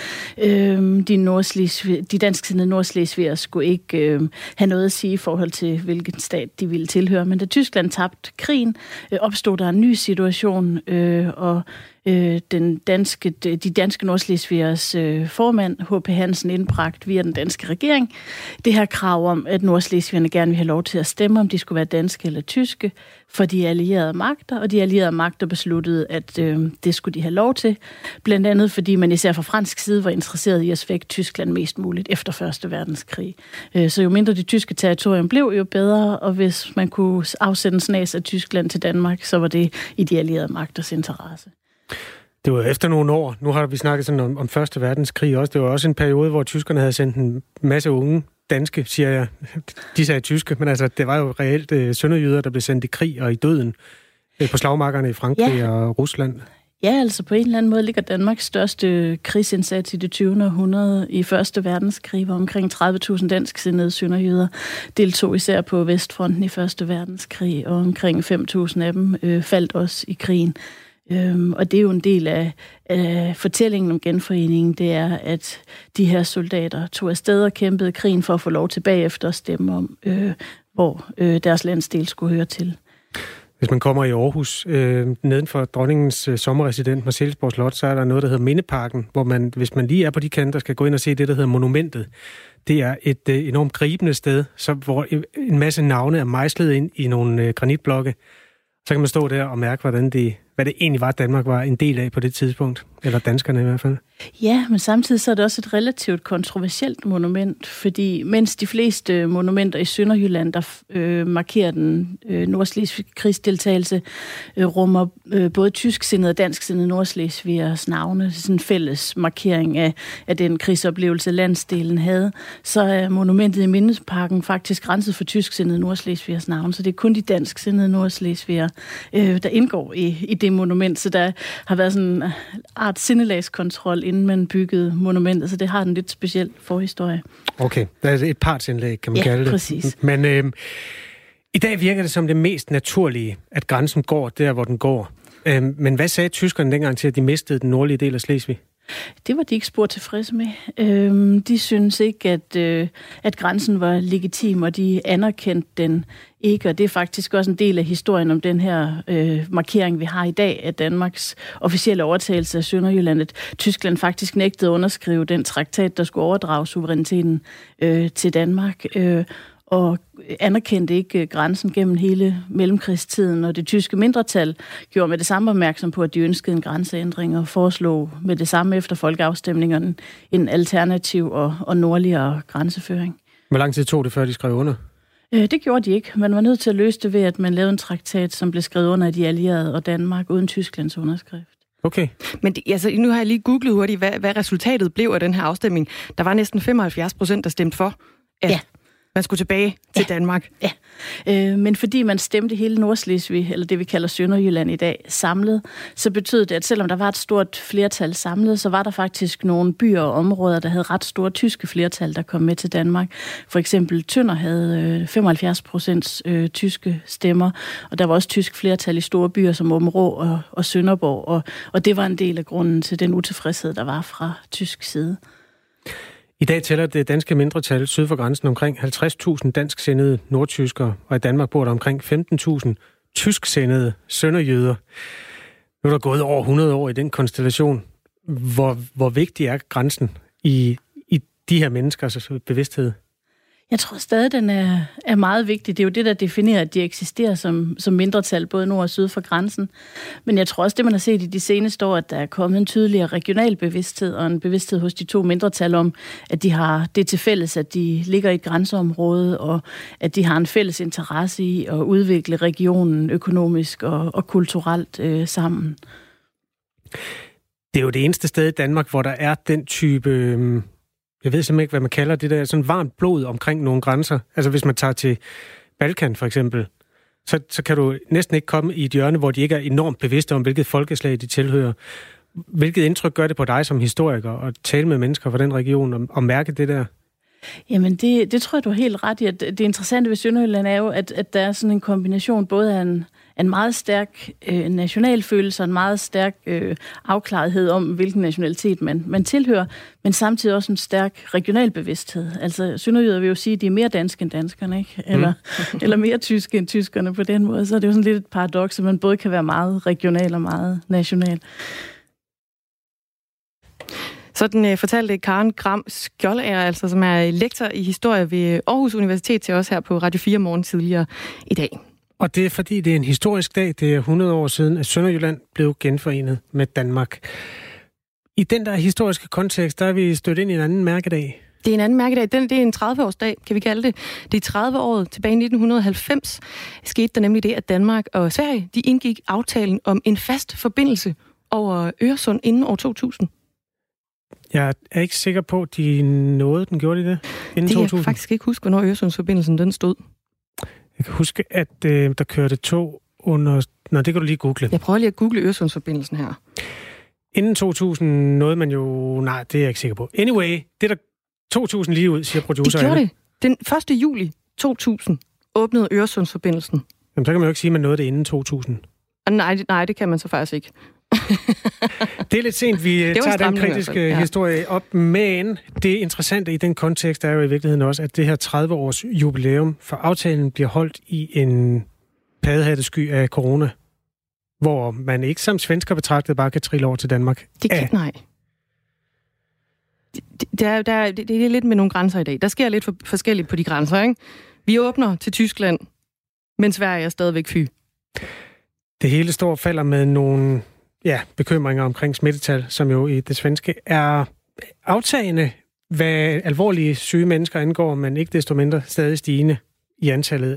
De dansksindede nordslesvigere skulle ikke have noget at sige i forhold til, hvilken stat de ville tilhøre. Men da Tyskland tabte krigen, opstod der en ny situation, og de danske nordslesvigers formand, H.P. Hansen, indbragt via den danske regering det her krav om, at nordslesvigerne gerne vil have lov til at stemme, om de skulle være danske eller tyske, for de allierede magter, og de allierede magter besluttede, at det skulle de have lov til, blandt andet fordi man især fra fransk side var interesseret i at svække Tyskland mest muligt efter 1. verdenskrig. Så jo mindre det tyske territorium blev, jo bedre, og hvis man kunne afsætte en snas af Tyskland til Danmark, så var det i de allierede magters interesse. Det var efter nogle år. Nu har vi snakket sådan om 1. verdenskrig også. Det var også en periode, hvor tyskerne havde sendt en masse unge danske, siger jeg. De sagde tyske, men altså, det var jo reelt sønderjyder, der blev sendt i krig og i døden på slagmarkerne i Frankrig og Rusland. Ja, altså på en eller anden måde ligger Danmarks største krigsindsats i det 20. århundrede i 1. verdenskrig, hvor omkring 30.000 dansksindede sønderjyder deltog især på Vestfronten i 1. verdenskrig, og omkring 5.000 af dem faldt også i krigen. Og det er jo en del af fortællingen om genforeningen, det er, at de her soldater tog afsted og kæmpede krigen for at få lov til bagefter at stemme om, hvor deres landsdel skulle høre til. Hvis man kommer i Aarhus, neden for dronningens sommerresident Marselisborg Slot, så er der noget, der hedder Mindeparken, hvor man, hvis man lige er på de kanter, skal gå ind og se det, der hedder Monumentet. Det er et enormt gribende sted, hvor en masse navne er mejslet ind i nogle granitblokke. Så kan man stå der og mærke, hvad det egentlig var, Danmark var en del af på det tidspunkt. Eller danskerne i hvert fald. Ja, men samtidig så er det også et relativt kontroversielt monument, fordi mens de fleste monumenter i Sønderjylland, der markerer den nordslesvigske krigsdeltagelse, rummer både tysksindede og dansksindede nordslesvigers navne. Det er sådan en fælles markering af den krigsoplevelse, landsdelen havde. Så er monumentet i Mindeparken faktisk grænset for tysksindede nordslesvigers navne, så det er kun de dansksindede nordslesvigere, der indgår i det monument. Så der har været sådan en art sindelagskontrol, inden man byggede monumentet, så det har en lidt speciel forhistorie. Okay, der er et partsindlæg, kan man kalde det. Ja, præcis. Men i dag virker det som det mest naturlige, at grænsen går der, hvor den går. Men hvad sagde tyskerne dengang til, at de mistede den nordlige del af Slesvig? Det var de ikke spor tilfredse med. De synes ikke, at grænsen var legitim, og de anerkendte den ikke. Og det er faktisk også en del af historien om den her markering, vi har i dag, af Danmarks officielle overtagelse af Sønderjylland. At Tyskland faktisk nægtede at underskrive den traktat, der skulle overdrage suveræniteten til Danmark. Og anerkendte ikke grænsen gennem hele mellemkrigstiden, og det tyske mindretal gjorde med det samme opmærksom på, at de ønskede en grænseændring, og foreslog med det samme efter folkeafstemningerne en alternativ og nordligere grænseføring. Hvor lang tid tog det, før de skrev under? Det gjorde de ikke. Man var nødt til at løse det ved, at man lavede en traktat, som blev skrevet under af de allierede og Danmark, uden Tysklands underskrift. Okay. Men nu har jeg lige googlet hurtigt, hvad resultatet blev af den her afstemning. Der var næsten 75%, der stemte for, at man skulle tilbage til Danmark. Ja, men fordi man stemte hele Nordslesvig, eller det vi kalder Sønderjylland i dag, samlet, så betød det, at selvom der var et stort flertal samlet, så var der faktisk nogle byer og områder, der havde ret store tyske flertal, der kom med til Danmark. For eksempel Tønder havde 75% tyske stemmer, og der var også tysk flertal i store byer som Aabenraa og Sønderborg, og det var en del af grunden til den utilfredshed, der var fra tysk side. I dag tæller det danske mindretal syd for grænsen omkring 50.000 dansksindede nordtyskere, og i Danmark bor der omkring 15.000 tysksindede sønderjyder. Nu er der gået over 100 år i den konstellation. Hvor vigtig er grænsen i de her menneskers bevidsthed? Jeg tror stadig, den er meget vigtig. Det er jo det, der definerer, at de eksisterer som mindretal, både nord og syd for grænsen. Men jeg tror også, det man har set i de seneste år, at der er kommet en tydeligere regional bevidsthed, og en bevidsthed hos de to mindretal om, at de har det til fælles, at de ligger i et grænseområde, og at de har en fælles interesse i at udvikle regionen økonomisk og kulturelt sammen. Det er jo det eneste sted i Danmark, hvor der er den type... Jeg ved simpelthen ikke, hvad man kalder det der, sådan varmt blod omkring nogle grænser. Altså hvis man tager til Balkan for eksempel, så kan du næsten ikke komme i et hjørne, hvor de ikke er enormt bevidste om, hvilket folkeslag de tilhører. Hvilket indtryk gør det på dig som historiker at tale med mennesker fra den region og mærke det der? Jamen det tror jeg, du har helt ret i. At det interessante ved Sønderjylland er jo, at der er sådan en kombination både af en meget stærk nationalfølelse og en meget stærk afklarethed om, hvilken nationalitet man tilhører, men samtidig også en stærk regional bevidsthed. Altså sønderjyder vil jo sige, at de er mere danske end danskerne, ikke? Eller mere tyske end tyskerne på den måde. Så er det jo sådan lidt et paradoks, at man både kan være meget regional og meget national. Sådan fortalte Karen Gram Skjoldager, altså, som er lektor i historie ved Aarhus Universitet, til os her på Radio 4 morgen tidligere i dag. Og det er fordi, det er en historisk dag. Det er 100 år siden, at Sønderjylland blev genforenet med Danmark. I den der historiske kontekst, der er vi stødt ind i en anden mærkedag. Det er en anden mærkedag. Det er en 30-årsdag, kan vi kalde det. Det er 30 år tilbage i 1990. Skete der nemlig det, at Danmark og Sverige de indgik aftalen om en fast forbindelse over Øresund inden år 2000. Jeg er ikke sikker på, at de nåede den. Gjorde de det inden 2000? Jeg kan faktisk ikke huske, hvornår Øresundsforbindelsen den stod. Jeg kan huske, at der kørte tog under... Nå, det kan du lige google. Jeg prøver lige at google Øresundsforbindelsen her. Inden 2000 nåede man jo... Nej, det er jeg ikke sikker på. Anyway, det der 2000 lige ud, siger producer. Det gjorde det. Den 1. juli 2000 åbnede Øresundsforbindelsen. Jamen, så kan man jo ikke sige, at man nåede det inden 2000. Nej, det kan man så faktisk ikke. Det er lidt sent, vi tager den kritiske historie op, men det interessante i den kontekst er jo i virkeligheden også, at det her 30-års jubilæum for aftalen bliver holdt i en paddehattesky af corona, hvor man ikke som svensker betragtet bare kan trille over til Danmark. Nej. Det er lidt med nogle grænser i dag. Der sker lidt forskelligt på de grænser, ikke? Vi åbner til Tyskland, men Sverige er stadigvæk fy. Det hele står og falder med nogle bekymringer omkring smittetal, som jo i det svenske er aftagende, hvad alvorlige syge mennesker angår, men ikke desto mindre stadig stigende i antallet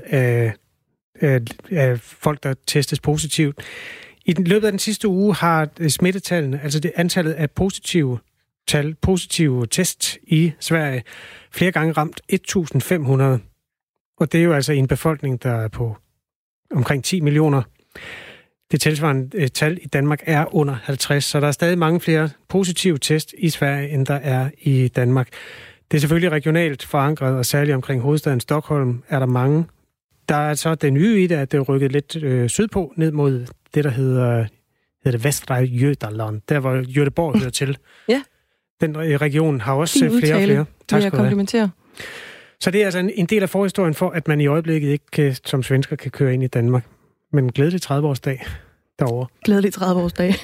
af folk, der testes positivt. I løbet af den sidste uge har smittetallene, altså det antallet af positive tests i Sverige, flere gange ramt 1.500. Og det er jo altså en befolkning, der er på omkring 10 millioner. Det tilsvarende tal i Danmark er under 50, så der er stadig mange flere positive test i Sverige, end der er i Danmark. Det er selvfølgelig regionalt forankret, og særligt omkring hovedstaden Stockholm er der mange. Der er så det nye i det, at det er rykket lidt sydpå, ned mod det, der hedder Västra Götaland, der hvor Göteborg hører til. Ja. Den region har også flere og flere. Tak skal du have. Så det er altså en del af forhistorien for, at man i øjeblikket ikke som svensker kan køre ind i Danmark. Men glædelig 30-årsdag derovre. Glædelig 30-årsdag.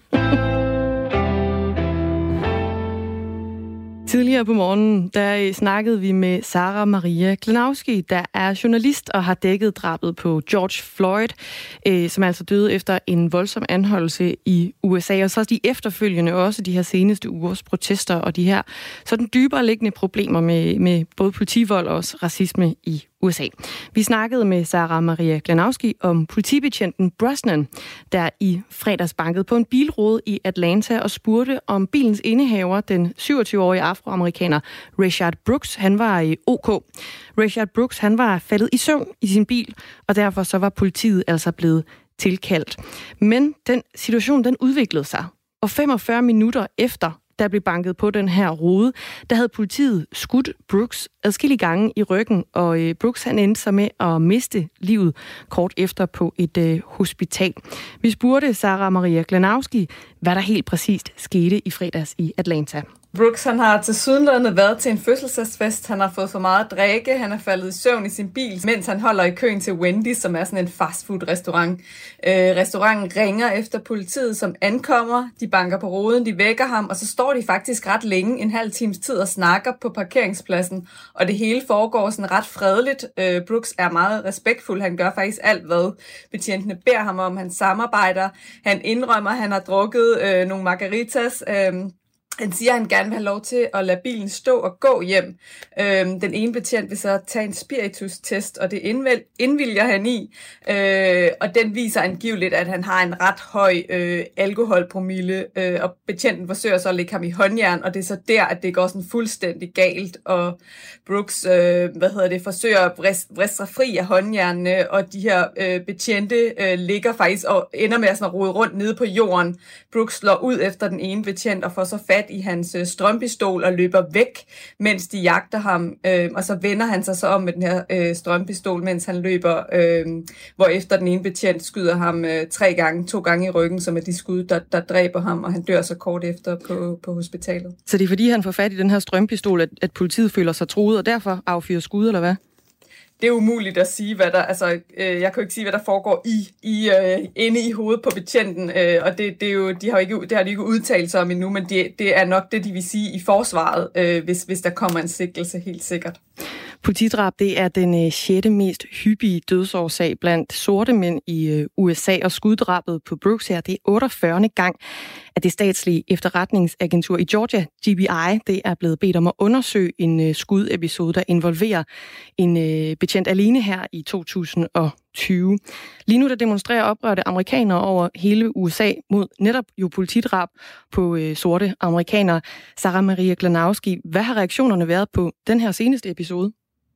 Tidligere på morgenen, der snakkede vi med Sara Maria Klenowski, der er journalist og har dækket drabet på George Floyd, som altså døde efter en voldsom anholdelse i USA. Og så de efterfølgende også de her seneste ugers protester og de her sådan dybere liggende problemer med både politivold og også racisme i USA. Vi snakkede med Sarah Maria Glanowski om politibetjenten Brosnan, der i fredags bankede på en bilrude i Atlanta og spurgte, om bilens indehaver, den 27-årige afroamerikaner Rayshard Brooks, han var OK. Rayshard Brooks, han var faldet i søvn i sin bil, og derfor så var politiet altså blevet tilkaldt. Men den situation, den udviklede sig, og 45 minutter efter der blev banket på den her rude, der havde politiet skudt Brooks adskillige gange i ryggen, og Brooks han endte sig med at miste livet kort efter på et hospital. Vi spurgte Sarah Maria Glanowski, hvad der helt præcist skete i fredags i Atlanta. Brooks han har tilsyneladende været til en fødselsdagsfest. Han har fået for meget at drikke. Han er faldet i søvn i sin bil, mens han holder i køen til Wendy's, som er sådan en fastfood-restaurant. Restauranten ringer efter politiet, som ankommer. De banker på ruden, de vækker ham, og så står de faktisk ret længe, en halv times tid, og snakker på parkeringspladsen. Og det hele foregår sådan ret fredeligt. Brooks er meget respektfuld. Han gør faktisk alt, hvad betjentene beder ham om. Han samarbejder. Han indrømmer, at han har drukket nogle margaritas. Han siger, at han gerne vil have lov til at lade bilen stå og gå hjem. Den ene betjent vil så tage en spiritus-test, og det indvilger han i. Og den viser angiveligt, at han har en ret høj alkoholpromille, og betjenten forsøger så at lægge ham i håndjern, og det er så der, at det går sådan fuldstændig galt, og Brooks forsøger at vriste sig fri af håndjernene, og de her betjente ligger faktisk og ender med at sådan rode rundt nede på jorden. Brooks slår ud efter den ene betjent og får så fat i hans strømpistol og løber væk, mens de jagter ham, og så vender han sig så om med den her strømpistol, mens han løber, hvorefter den ene betjent skyder ham 2 gange i ryggen, som er de skud, der dræber ham, og han dør så kort efter på hospitalet. Så det er fordi, han får fat i den her strømpistol, at politiet føler sig truet, og derfor affyrer skud, eller hvad? Det er umuligt at sige, hvad der, jeg kan jo ikke sige, hvad der foregår inde i hovedet på betjenten, og det har de ikke udtalt sig om endnu, men det er nok det, de vil sige i forsvaret, hvis der kommer en sigtelse, helt sikkert. Politidrab, det er den 6. mest hyppige dødsårsag blandt sorte mænd i USA, og skuddrabet på Brooks her, det er 48. gang, at det statslige efterretningsagentur i Georgia, GBI, det er blevet bedt om at undersøge en skudepisode, der involverer en betjent alene her i 2020. Lige nu der demonstrerer oprørte amerikanere over hele USA mod netop jo politidrab på sorte amerikanere. Sarah Maria Glanowski, hvad har reaktionerne været på den her seneste episode?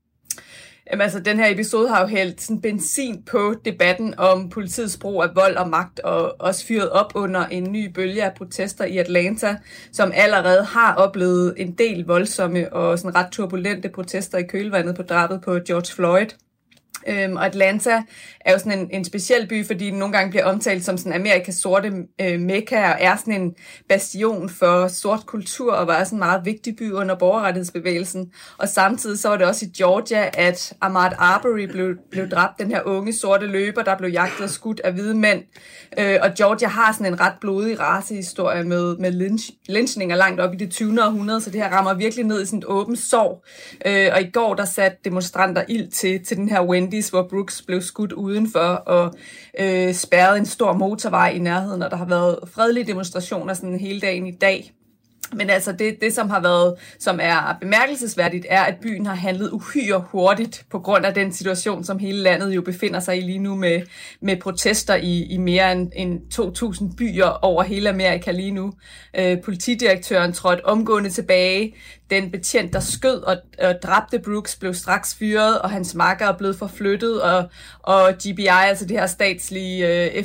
Jamen, den her episode har jo hældt sådan benzin på debatten om politiets brug af vold og magt, og også fyret op under en ny bølge af protester i Atlanta, som allerede har oplevet en del voldsomme og sådan ret turbulente protester i kølvandet på drabet på George Floyd. Og Atlanta er jo sådan en speciel by, fordi den nogle gange bliver omtalt som sådan Amerikas sorte mekka, og er sådan en bastion for sort kultur, og var sådan en meget vigtig by under borgerrettighedsbevægelsen. Og samtidig så var det også i Georgia, at Ahmaud Arbery blev dræbt, den her unge sorte løber, der blev jagtet og skudt af hvide mænd. Og Georgia har sådan en ret blodig racehistorie med lynchninger langt op i det 20. århundrede, så det her rammer virkelig ned i sådan et åbent sår. Og i går der satte demonstranter ild til den her Wendy's, hvor Brooks blev skudt udenfor og spærrede en stor motorvej i nærheden, og der har været fredelige demonstrationer sådan hele dagen i dag. Men altså det som er bemærkelsesværdigt, er, at byen har handlet uhyre hurtigt på grund af den situation, som hele landet jo befinder sig i lige nu med protester i mere end 2.000 byer over hele Amerika lige nu. Politidirektøren trådte omgående tilbage. Den betjent, der skød og dræbte Brooks, blev straks fyret, og hans makker er blevet forflyttet, og GBI, altså det her statslige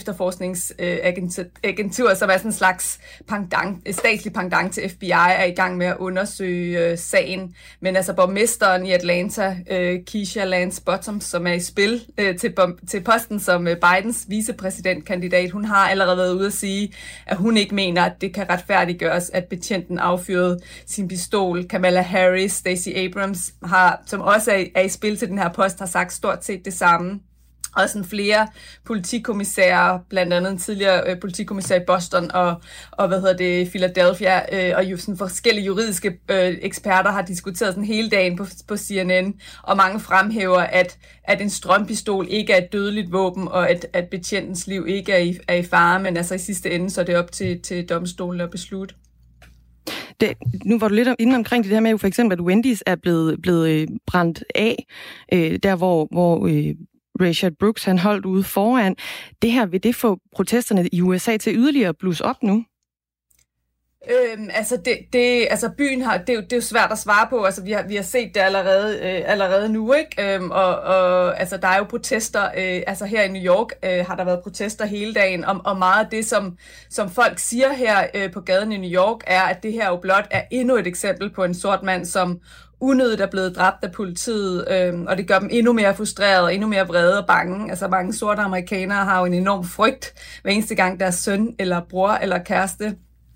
efterforskningsagentur, som er sådan en slags statslig pendant til FBI, er i gang med at undersøge sagen. Men altså borgmesteren i Atlanta, Keisha Lance Bottoms, som er i spil til posten som Bidens vicepræsidentkandidat, hun har allerede været ude at sige, at hun ikke mener, at det kan retfærdiggøres, at betjenten affyrede sin pistol. Kamala Harris, Stacey Abrams, som også er i spil til den her post, har sagt stort set det samme. Og sådan flere politikommissærer, blandt andet en tidligere politikommissær i Boston og Philadelphia, og jo sådan forskellige juridiske eksperter har diskuteret sådan hele dagen på CNN, og mange fremhæver, at en strømpistol ikke er et dødeligt våben, og at betjentens liv ikke er i fare, men altså i sidste ende, så er det op til domstolen at beslutte. Nu var du lidt inde omkring det her med, for eksempel, at Wendy's er blevet brændt af, der hvor Rayshard Brooks han holdt ude foran. Det her, vil det få protesterne i USA til yderligere at blusse op nu? Byen har, det er jo svært at svare på. Altså, vi har set det allerede nu, ikke? Altså, der er jo protester. Her i New York har der været protester hele dagen, og meget af det, som folk siger her på gaden i New York, er, at det her jo blot er endnu et eksempel på en sort mand, som unødigt er blevet dræbt af politiet, og det gør dem endnu mere frustrerede, endnu mere vrede og bange. Altså, mange sorte amerikanere har jo en enorm frygt, hver eneste gang deres søn eller bror eller kæreste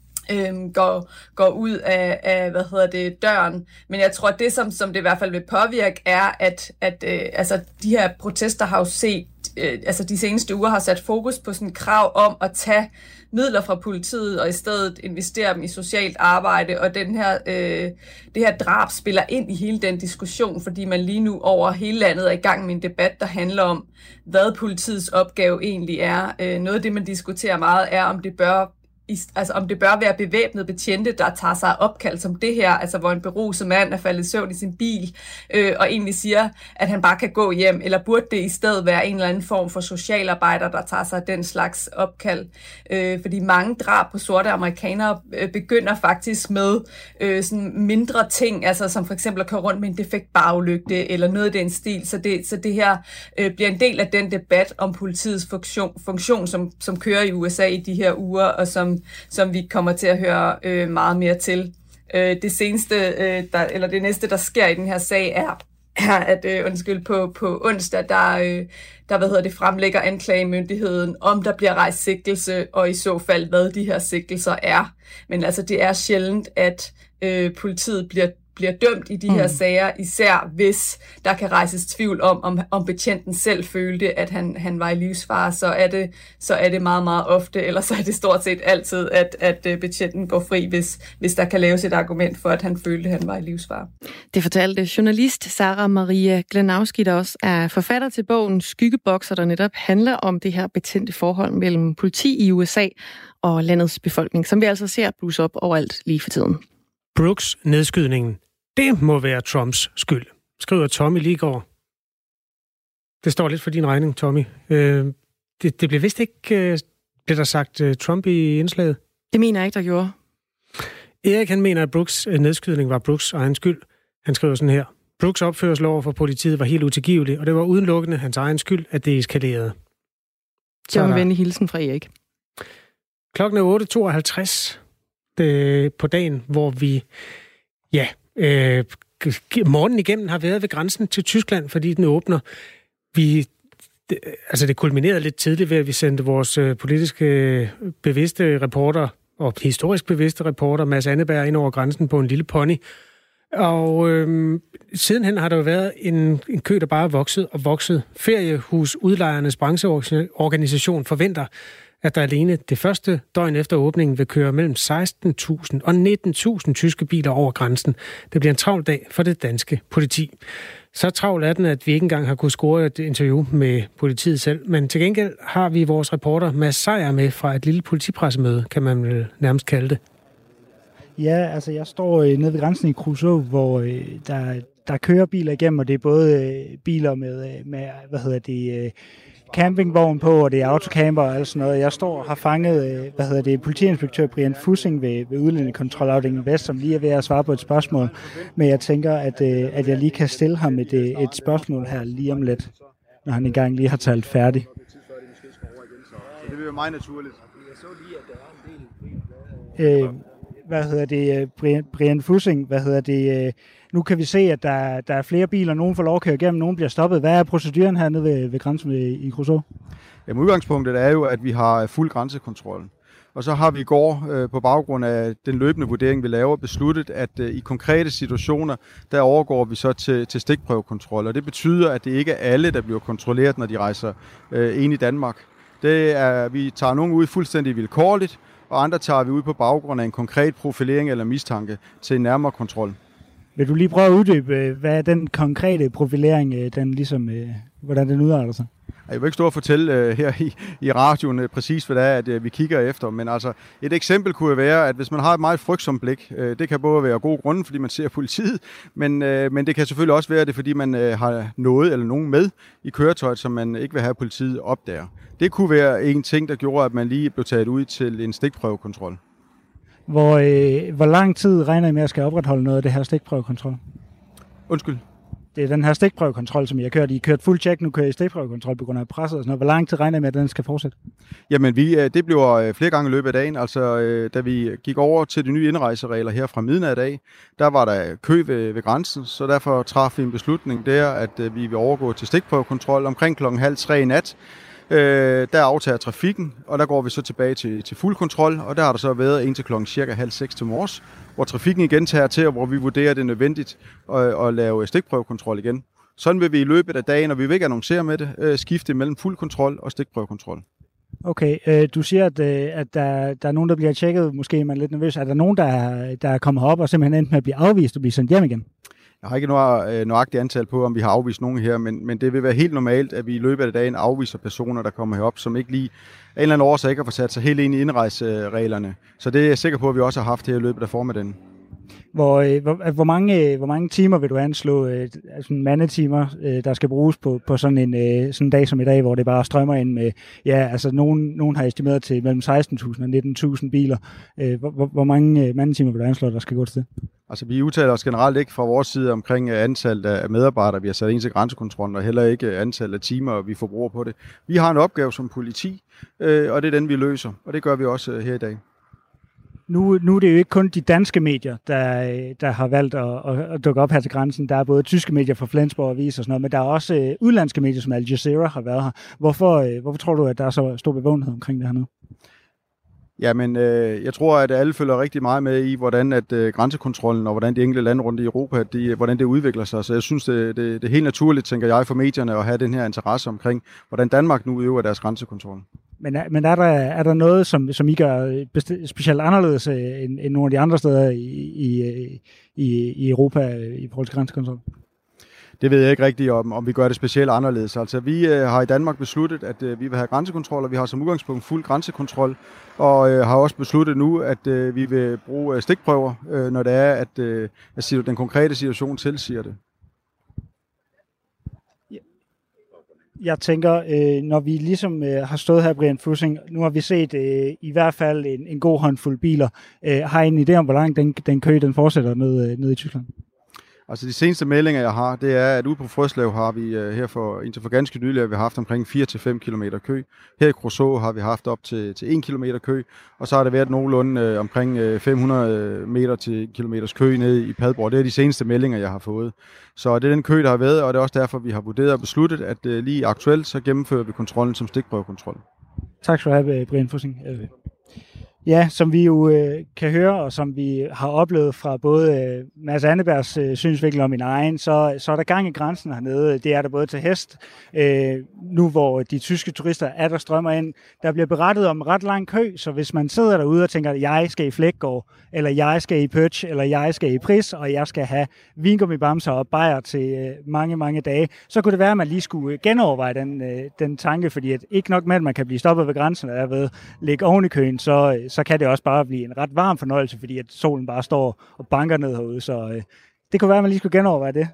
går ud af døren. Men jeg tror, at det, som det i hvert fald vil påvirke, er, at de her protester har jo set, de seneste uger har sat fokus på sådan et krav om at tage midler fra politiet og i stedet investere dem i socialt arbejde, og det her drab spiller ind i hele den diskussion, fordi man lige nu over hele landet er i gang med en debat, der handler om, hvad politiets opgave egentlig er. Noget af det, man diskuterer meget, er, om det bør være bevæbnede betjente, der tager sig opkald som det her, altså hvor en beruset mand er faldet i søvn i sin bil, og egentlig siger, at han bare kan gå hjem, eller burde det i stedet være en eller anden form for socialarbejder, der tager sig den slags opkald. Fordi mange drab på sorte amerikanere begynder faktisk med sådan mindre ting, altså som for eksempel at køre rundt med en defekt baglygte, eller noget af den stil, så det her bliver en del af den debat om politiets funktion som kører i USA i de her uger, og som vi kommer til at høre meget mere til. Det næste, der sker i den her sag, er at på onsdag, der fremlægger anklagemyndigheden, om der bliver rejst sigtelse, og i så fald, hvad de her sigtelser er. Men altså, det er sjældent, at politiet bliver dømt i de her sager, især hvis der kan rejses tvivl om betjenten selv følte, at han var i livsfare, så er det meget, meget ofte, eller så er det stort set altid, at betjenten går fri, hvis der kan laves et argument for, at han følte, at han var i livsfare. Det fortalte journalist Sarah Maria Glenowski, der også er forfatter til bogen Skyggebokser, der netop handler om det her betændte forhold mellem politi i USA og landets befolkning, som vi altså ser blusse op overalt lige for tiden. Brooks nedskydningen. Det må være Trumps skyld, skriver Tommy Ligård. Det står lidt for din regning, Tommy. Det blev vist ikke, blev der sagt Trump i indslaget? Det mener jeg ikke, der gjorde. Erik, han mener, at Brooks nedskydning var Brooks egen skyld. Han skriver sådan her. Brooks opførsel over for politiet var helt utilgivelig, og det var udelukkende hans egen skyld, at det eskalerede. Det var en venlig hilsen fra Erik. Klokken er 8.52 på dagen, hvor vi morgenen igennem har været ved grænsen til Tyskland, fordi den åbner. Det kulminerede lidt tidligt ved, at vi sendte vores politiske bevidste reporter og historisk bevidste reporter Mads Anneberg ind over grænsen på en lille pony. Og sidenhen har der jo været en kø, der bare er vokset og vokset. Feriehusudlejernes brancheorganisation forventer, at der alene det første døgn efter åbningen vil køre mellem 16.000 og 19.000 tyske biler over grænsen. Det bliver en travl dag for det danske politi. Så travlt er den, at vi ikke engang har kunnet score et interview med politiet selv. Men til gengæld har vi vores reporter Mads Sejer med fra et lille politipressemøde, kan man vel nærmest kalde det. Ja, altså jeg står nede ved grænsen i Kruså, hvor der kører biler igennem, og det er både biler med campingvogn på, og det er autocamper og alt sådan noget. Jeg står og har fanget, politiinspektør Brian Fussing ved udlændingekontrolafdelingen Vest, som lige er ved at svare på et spørgsmål. Men jeg tænker, at jeg lige kan stille ham et spørgsmål her lige om lidt, når han engang lige har talt færdig. Det vil være meget naturligt. Jeg så lige, at Brian Fussing, nu kan vi se, at der er flere biler, nogen får lov at køre igennem, nogen bliver stoppet. Hvad er proceduren hernede ved grænsen i Kruså? Jamen, udgangspunktet er jo, at vi har fuld grænsekontrol. Og så har vi i går på baggrund af den løbende vurdering, vi laver, besluttet, at i konkrete situationer, der overgår vi så til stikprøvekontrol. Og det betyder, at det ikke er alle, der bliver kontrolleret, når de rejser ind i Danmark. Vi tager nogen ud fuldstændig vilkårligt, og andre tager vi ud på baggrund af en konkret profilering eller mistanke til en nærmere kontrol. Vil du lige prøve at uddybe, hvad den konkrete profilering, hvordan den udarter sig? Jeg vil ikke stå og fortælle her i radioen præcis, hvad det er, at vi kigger efter, men altså et eksempel kunne være, at hvis man har et meget frygtsomt blik, det kan både være gode grunde, fordi man ser politiet, men det kan selvfølgelig også være det, fordi man har noget eller nogen med i køretøjet, som man ikke vil have, at politiet opdager. Det kunne være en ting, der gjorde, at man lige blev taget ud til en stikprøvekontrol. Hvor lang tid regner I med at skal opretholde noget af det her stikprøvekontrol? Undskyld? Det er den her stikprøvekontrol, som I har kørt. I har kørt fuld check, nu kører I stikprøvekontrol på grund af presset og sådan noget. Hvor lang tid regner I med, at den skal fortsætte? Jamen, det bliver flere gange i løbet af dagen. Altså, da vi gik over til de nye indrejseregler her fra midnat af, der var der kø ved grænsen, så derfor traf vi en beslutning der, at vi vil overgå til stikprøvekontrol omkring 2:30 i nat. Der aftager trafikken, og der går vi så tilbage til fuld kontrol, og der har der så været indtil cirka 5:30 til morges, hvor trafikken igen tager til, og hvor vi vurderer, det er nødvendigt at lave stikprøvekontrol igen. Sådan vil vi i løbet af dagen, og vi vil ikke annoncere med det, skifte mellem fuld kontrol og stikprøvekontrol. Okay, du siger, at der er nogen, der bliver tjekket, måske er man lidt nervøs. Er der nogen, der er kommet op og simpelthen endt med at blive afvist og blive sendt hjem igen? Jeg har ikke noget nøjagtigt antal på, om vi har afvist nogen her, men det vil være helt normalt, at vi i løbet af dagen afviser personer, der kommer herop, som ikke lige af en eller anden årsag ikke har fået sat sig helt ind i indrejsereglerne. Så det er jeg sikker på, at vi også har haft her i løbet af formiddagen. Hvor mange timer vil du anslå, altså mandetimer, der skal bruges på sådan en dag som i dag, hvor det bare strømmer ind med, ja, altså nogen har estimeret til mellem 16.000 og 19.000 biler. Hvor mange mandetimer vil du anslå, der skal gå til det? Altså, vi udtaler os generelt ikke fra vores side omkring antallet af medarbejdere, vi har sat ind til grænsekontrollen, og heller ikke antallet af timer, vi forbruger på det. Vi har en opgave som politi, og det er den, vi løser, og det gør vi også her i dag. Nu er det jo ikke kun de danske medier, der har valgt at dukke op her til grænsen. Der er både tyske medier fra Flensborg Avis og sådan noget, men der er også udlandske medier, som Al Jazeera har været her. Hvorfor tror du, at der er så stor bevågenhed omkring det her nu? Jamen, jeg tror, at alle følger rigtig meget med i, hvordan at grænsekontrollen og hvordan de enkelte lande rundt i Europa, hvordan det udvikler sig. Så jeg synes, det er helt naturligt, tænker jeg, for medierne at have den her interesse omkring, hvordan Danmark nu øver deres grænsekontrol. Men er der noget, som I gør specielt anderledes end nogle af de andre steder i Europa i forhold til grænsekontrol? Det ved jeg ikke rigtigt, om vi gør det specielt anderledes. Altså, vi har i Danmark besluttet, at vi vil have grænsekontrol, og vi har som udgangspunkt fuld grænsekontrol, og har også besluttet nu, at vi vil bruge stikprøver, når det er, at den konkrete situation tilsiger det. Jeg tænker, når vi ligesom har stået her, Brian Fussing, nu har vi set i hvert fald en god håndfuld biler. Har I en idé om, hvor langt den kø den fortsætter ned i Tyskland? Altså de seneste meldinger, jeg har, det er, at ude på Frøslev har vi indtil for ganske nylig, at vi har haft omkring 4-5 kilometer kø. Her i Kruså har vi haft op til 1 kilometer kø, og så har det været nogenlunde omkring 500 meter til kilometers kø nede i Padborg. Det er de seneste meldinger, jeg har fået. Så det er den kø, der har været, og det er også derfor, vi har vurderet og besluttet, at lige aktuelt, så gennemfører vi kontrollen som stikprøvekontrol. Tak skal du have, Brian Fussing. Ja, som vi jo kan høre, og som vi har oplevet fra både Mads Annebergs synsvinkel og min egen, så er der gang i grænsen hernede. Det er der både til hest, nu hvor de tyske turister der strømmer ind. Der bliver berettet om ret lang kø, så hvis man sidder derude og tænker, at jeg skal i Flækgaard, eller jeg skal i Pøtsch, eller jeg skal i Pris, og jeg skal have vingummibamser og bajer til mange, mange dage, så kunne det være, at man lige skulle genoverveje den tanke, fordi at ikke nok med, at man kan blive stoppet ved grænsen, og derved ligge oven i køen, så kan det også bare blive en ret varm fornøjelse, fordi at solen bare står og banker ned herude. Så det kunne være, at man lige skulle genoverveje det.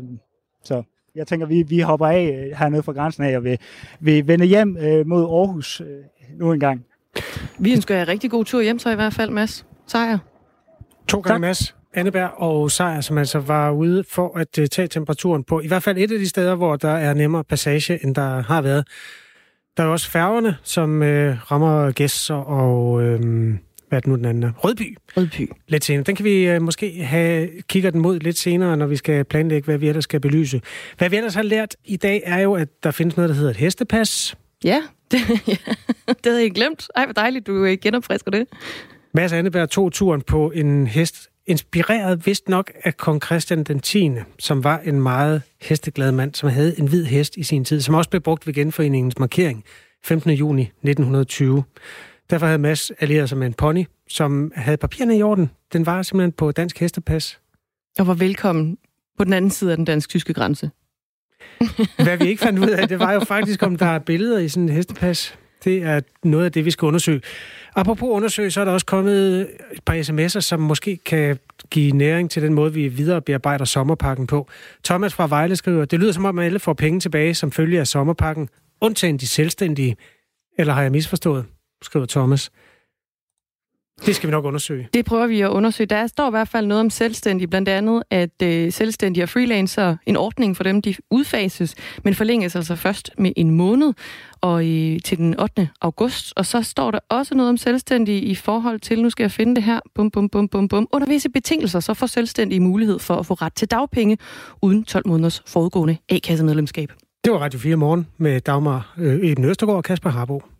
Så jeg tænker, vi hopper af hernede fra grænsen af, og vil vende hjem mod Aarhus nu en gang. Vi ønsker jer rigtig god tur hjem, så i hvert fald, Mads. Sejr. 2 gange Mads Anneberg og Sejr, som altså var ude for at tage temperaturen på i hvert fald et af de steder, hvor der er nemmere passage, end der har været. Der er også færgerne, som rammer Gedser og hvad er det nu den anden er? Rødby. Lidt senere. Den kan vi måske kigger den mod lidt senere, når vi skal planlægge, hvad vi ellers skal belyse. Hvad vi ellers har lært i dag, er jo, at der findes noget, der hedder et hestepas. Ja, det havde jeg glemt. Ej, hvor dejligt, du genopfrisker det. Mads Anneberg tog turen på en hest, inspireret vist nok af kong Christian den 10., som var en meget hesteglad mand, som havde en hvid hest i sin tid, som også blev brugt ved genforeningens markering 15. juni 1920. Derfor havde Mads allieret sig med en pony, som havde papirerne i orden. Den var simpelthen på dansk hestepas. Og var velkommen på den anden side af den dansk-tyske grænse. Hvad vi ikke fandt ud af, det var jo faktisk, om der er billeder i sådan en hestepas. Det er noget af det, vi skal undersøge. Apropos undersøge, så er der også kommet et par sms'er, som måske kan give næring til den måde, vi videre bearbejder sommerpakken på. Thomas fra Vejle skriver, det lyder som om, at alle får penge tilbage som følge af sommerpakken, undtagen de selvstændige. Eller har jeg misforstået, skriver Thomas. Det skal vi nok undersøge. Det prøver vi at undersøge. Der står i hvert fald noget om selvstændige, blandt andet, at selvstændige og freelancer, en ordning for dem, de udfases, men forlænges altså først med en måned og til den 8. august. Og så står der også noget om selvstændige i forhold til, nu skal jeg finde det her, under visse betingelser, så får selvstændige mulighed for at få ret til dagpenge uden 12 måneders forudgående A-kassemedlemskab. Det var Radio 4 Morgen med Dagmar Eben Østergaard og Kasper Harbo.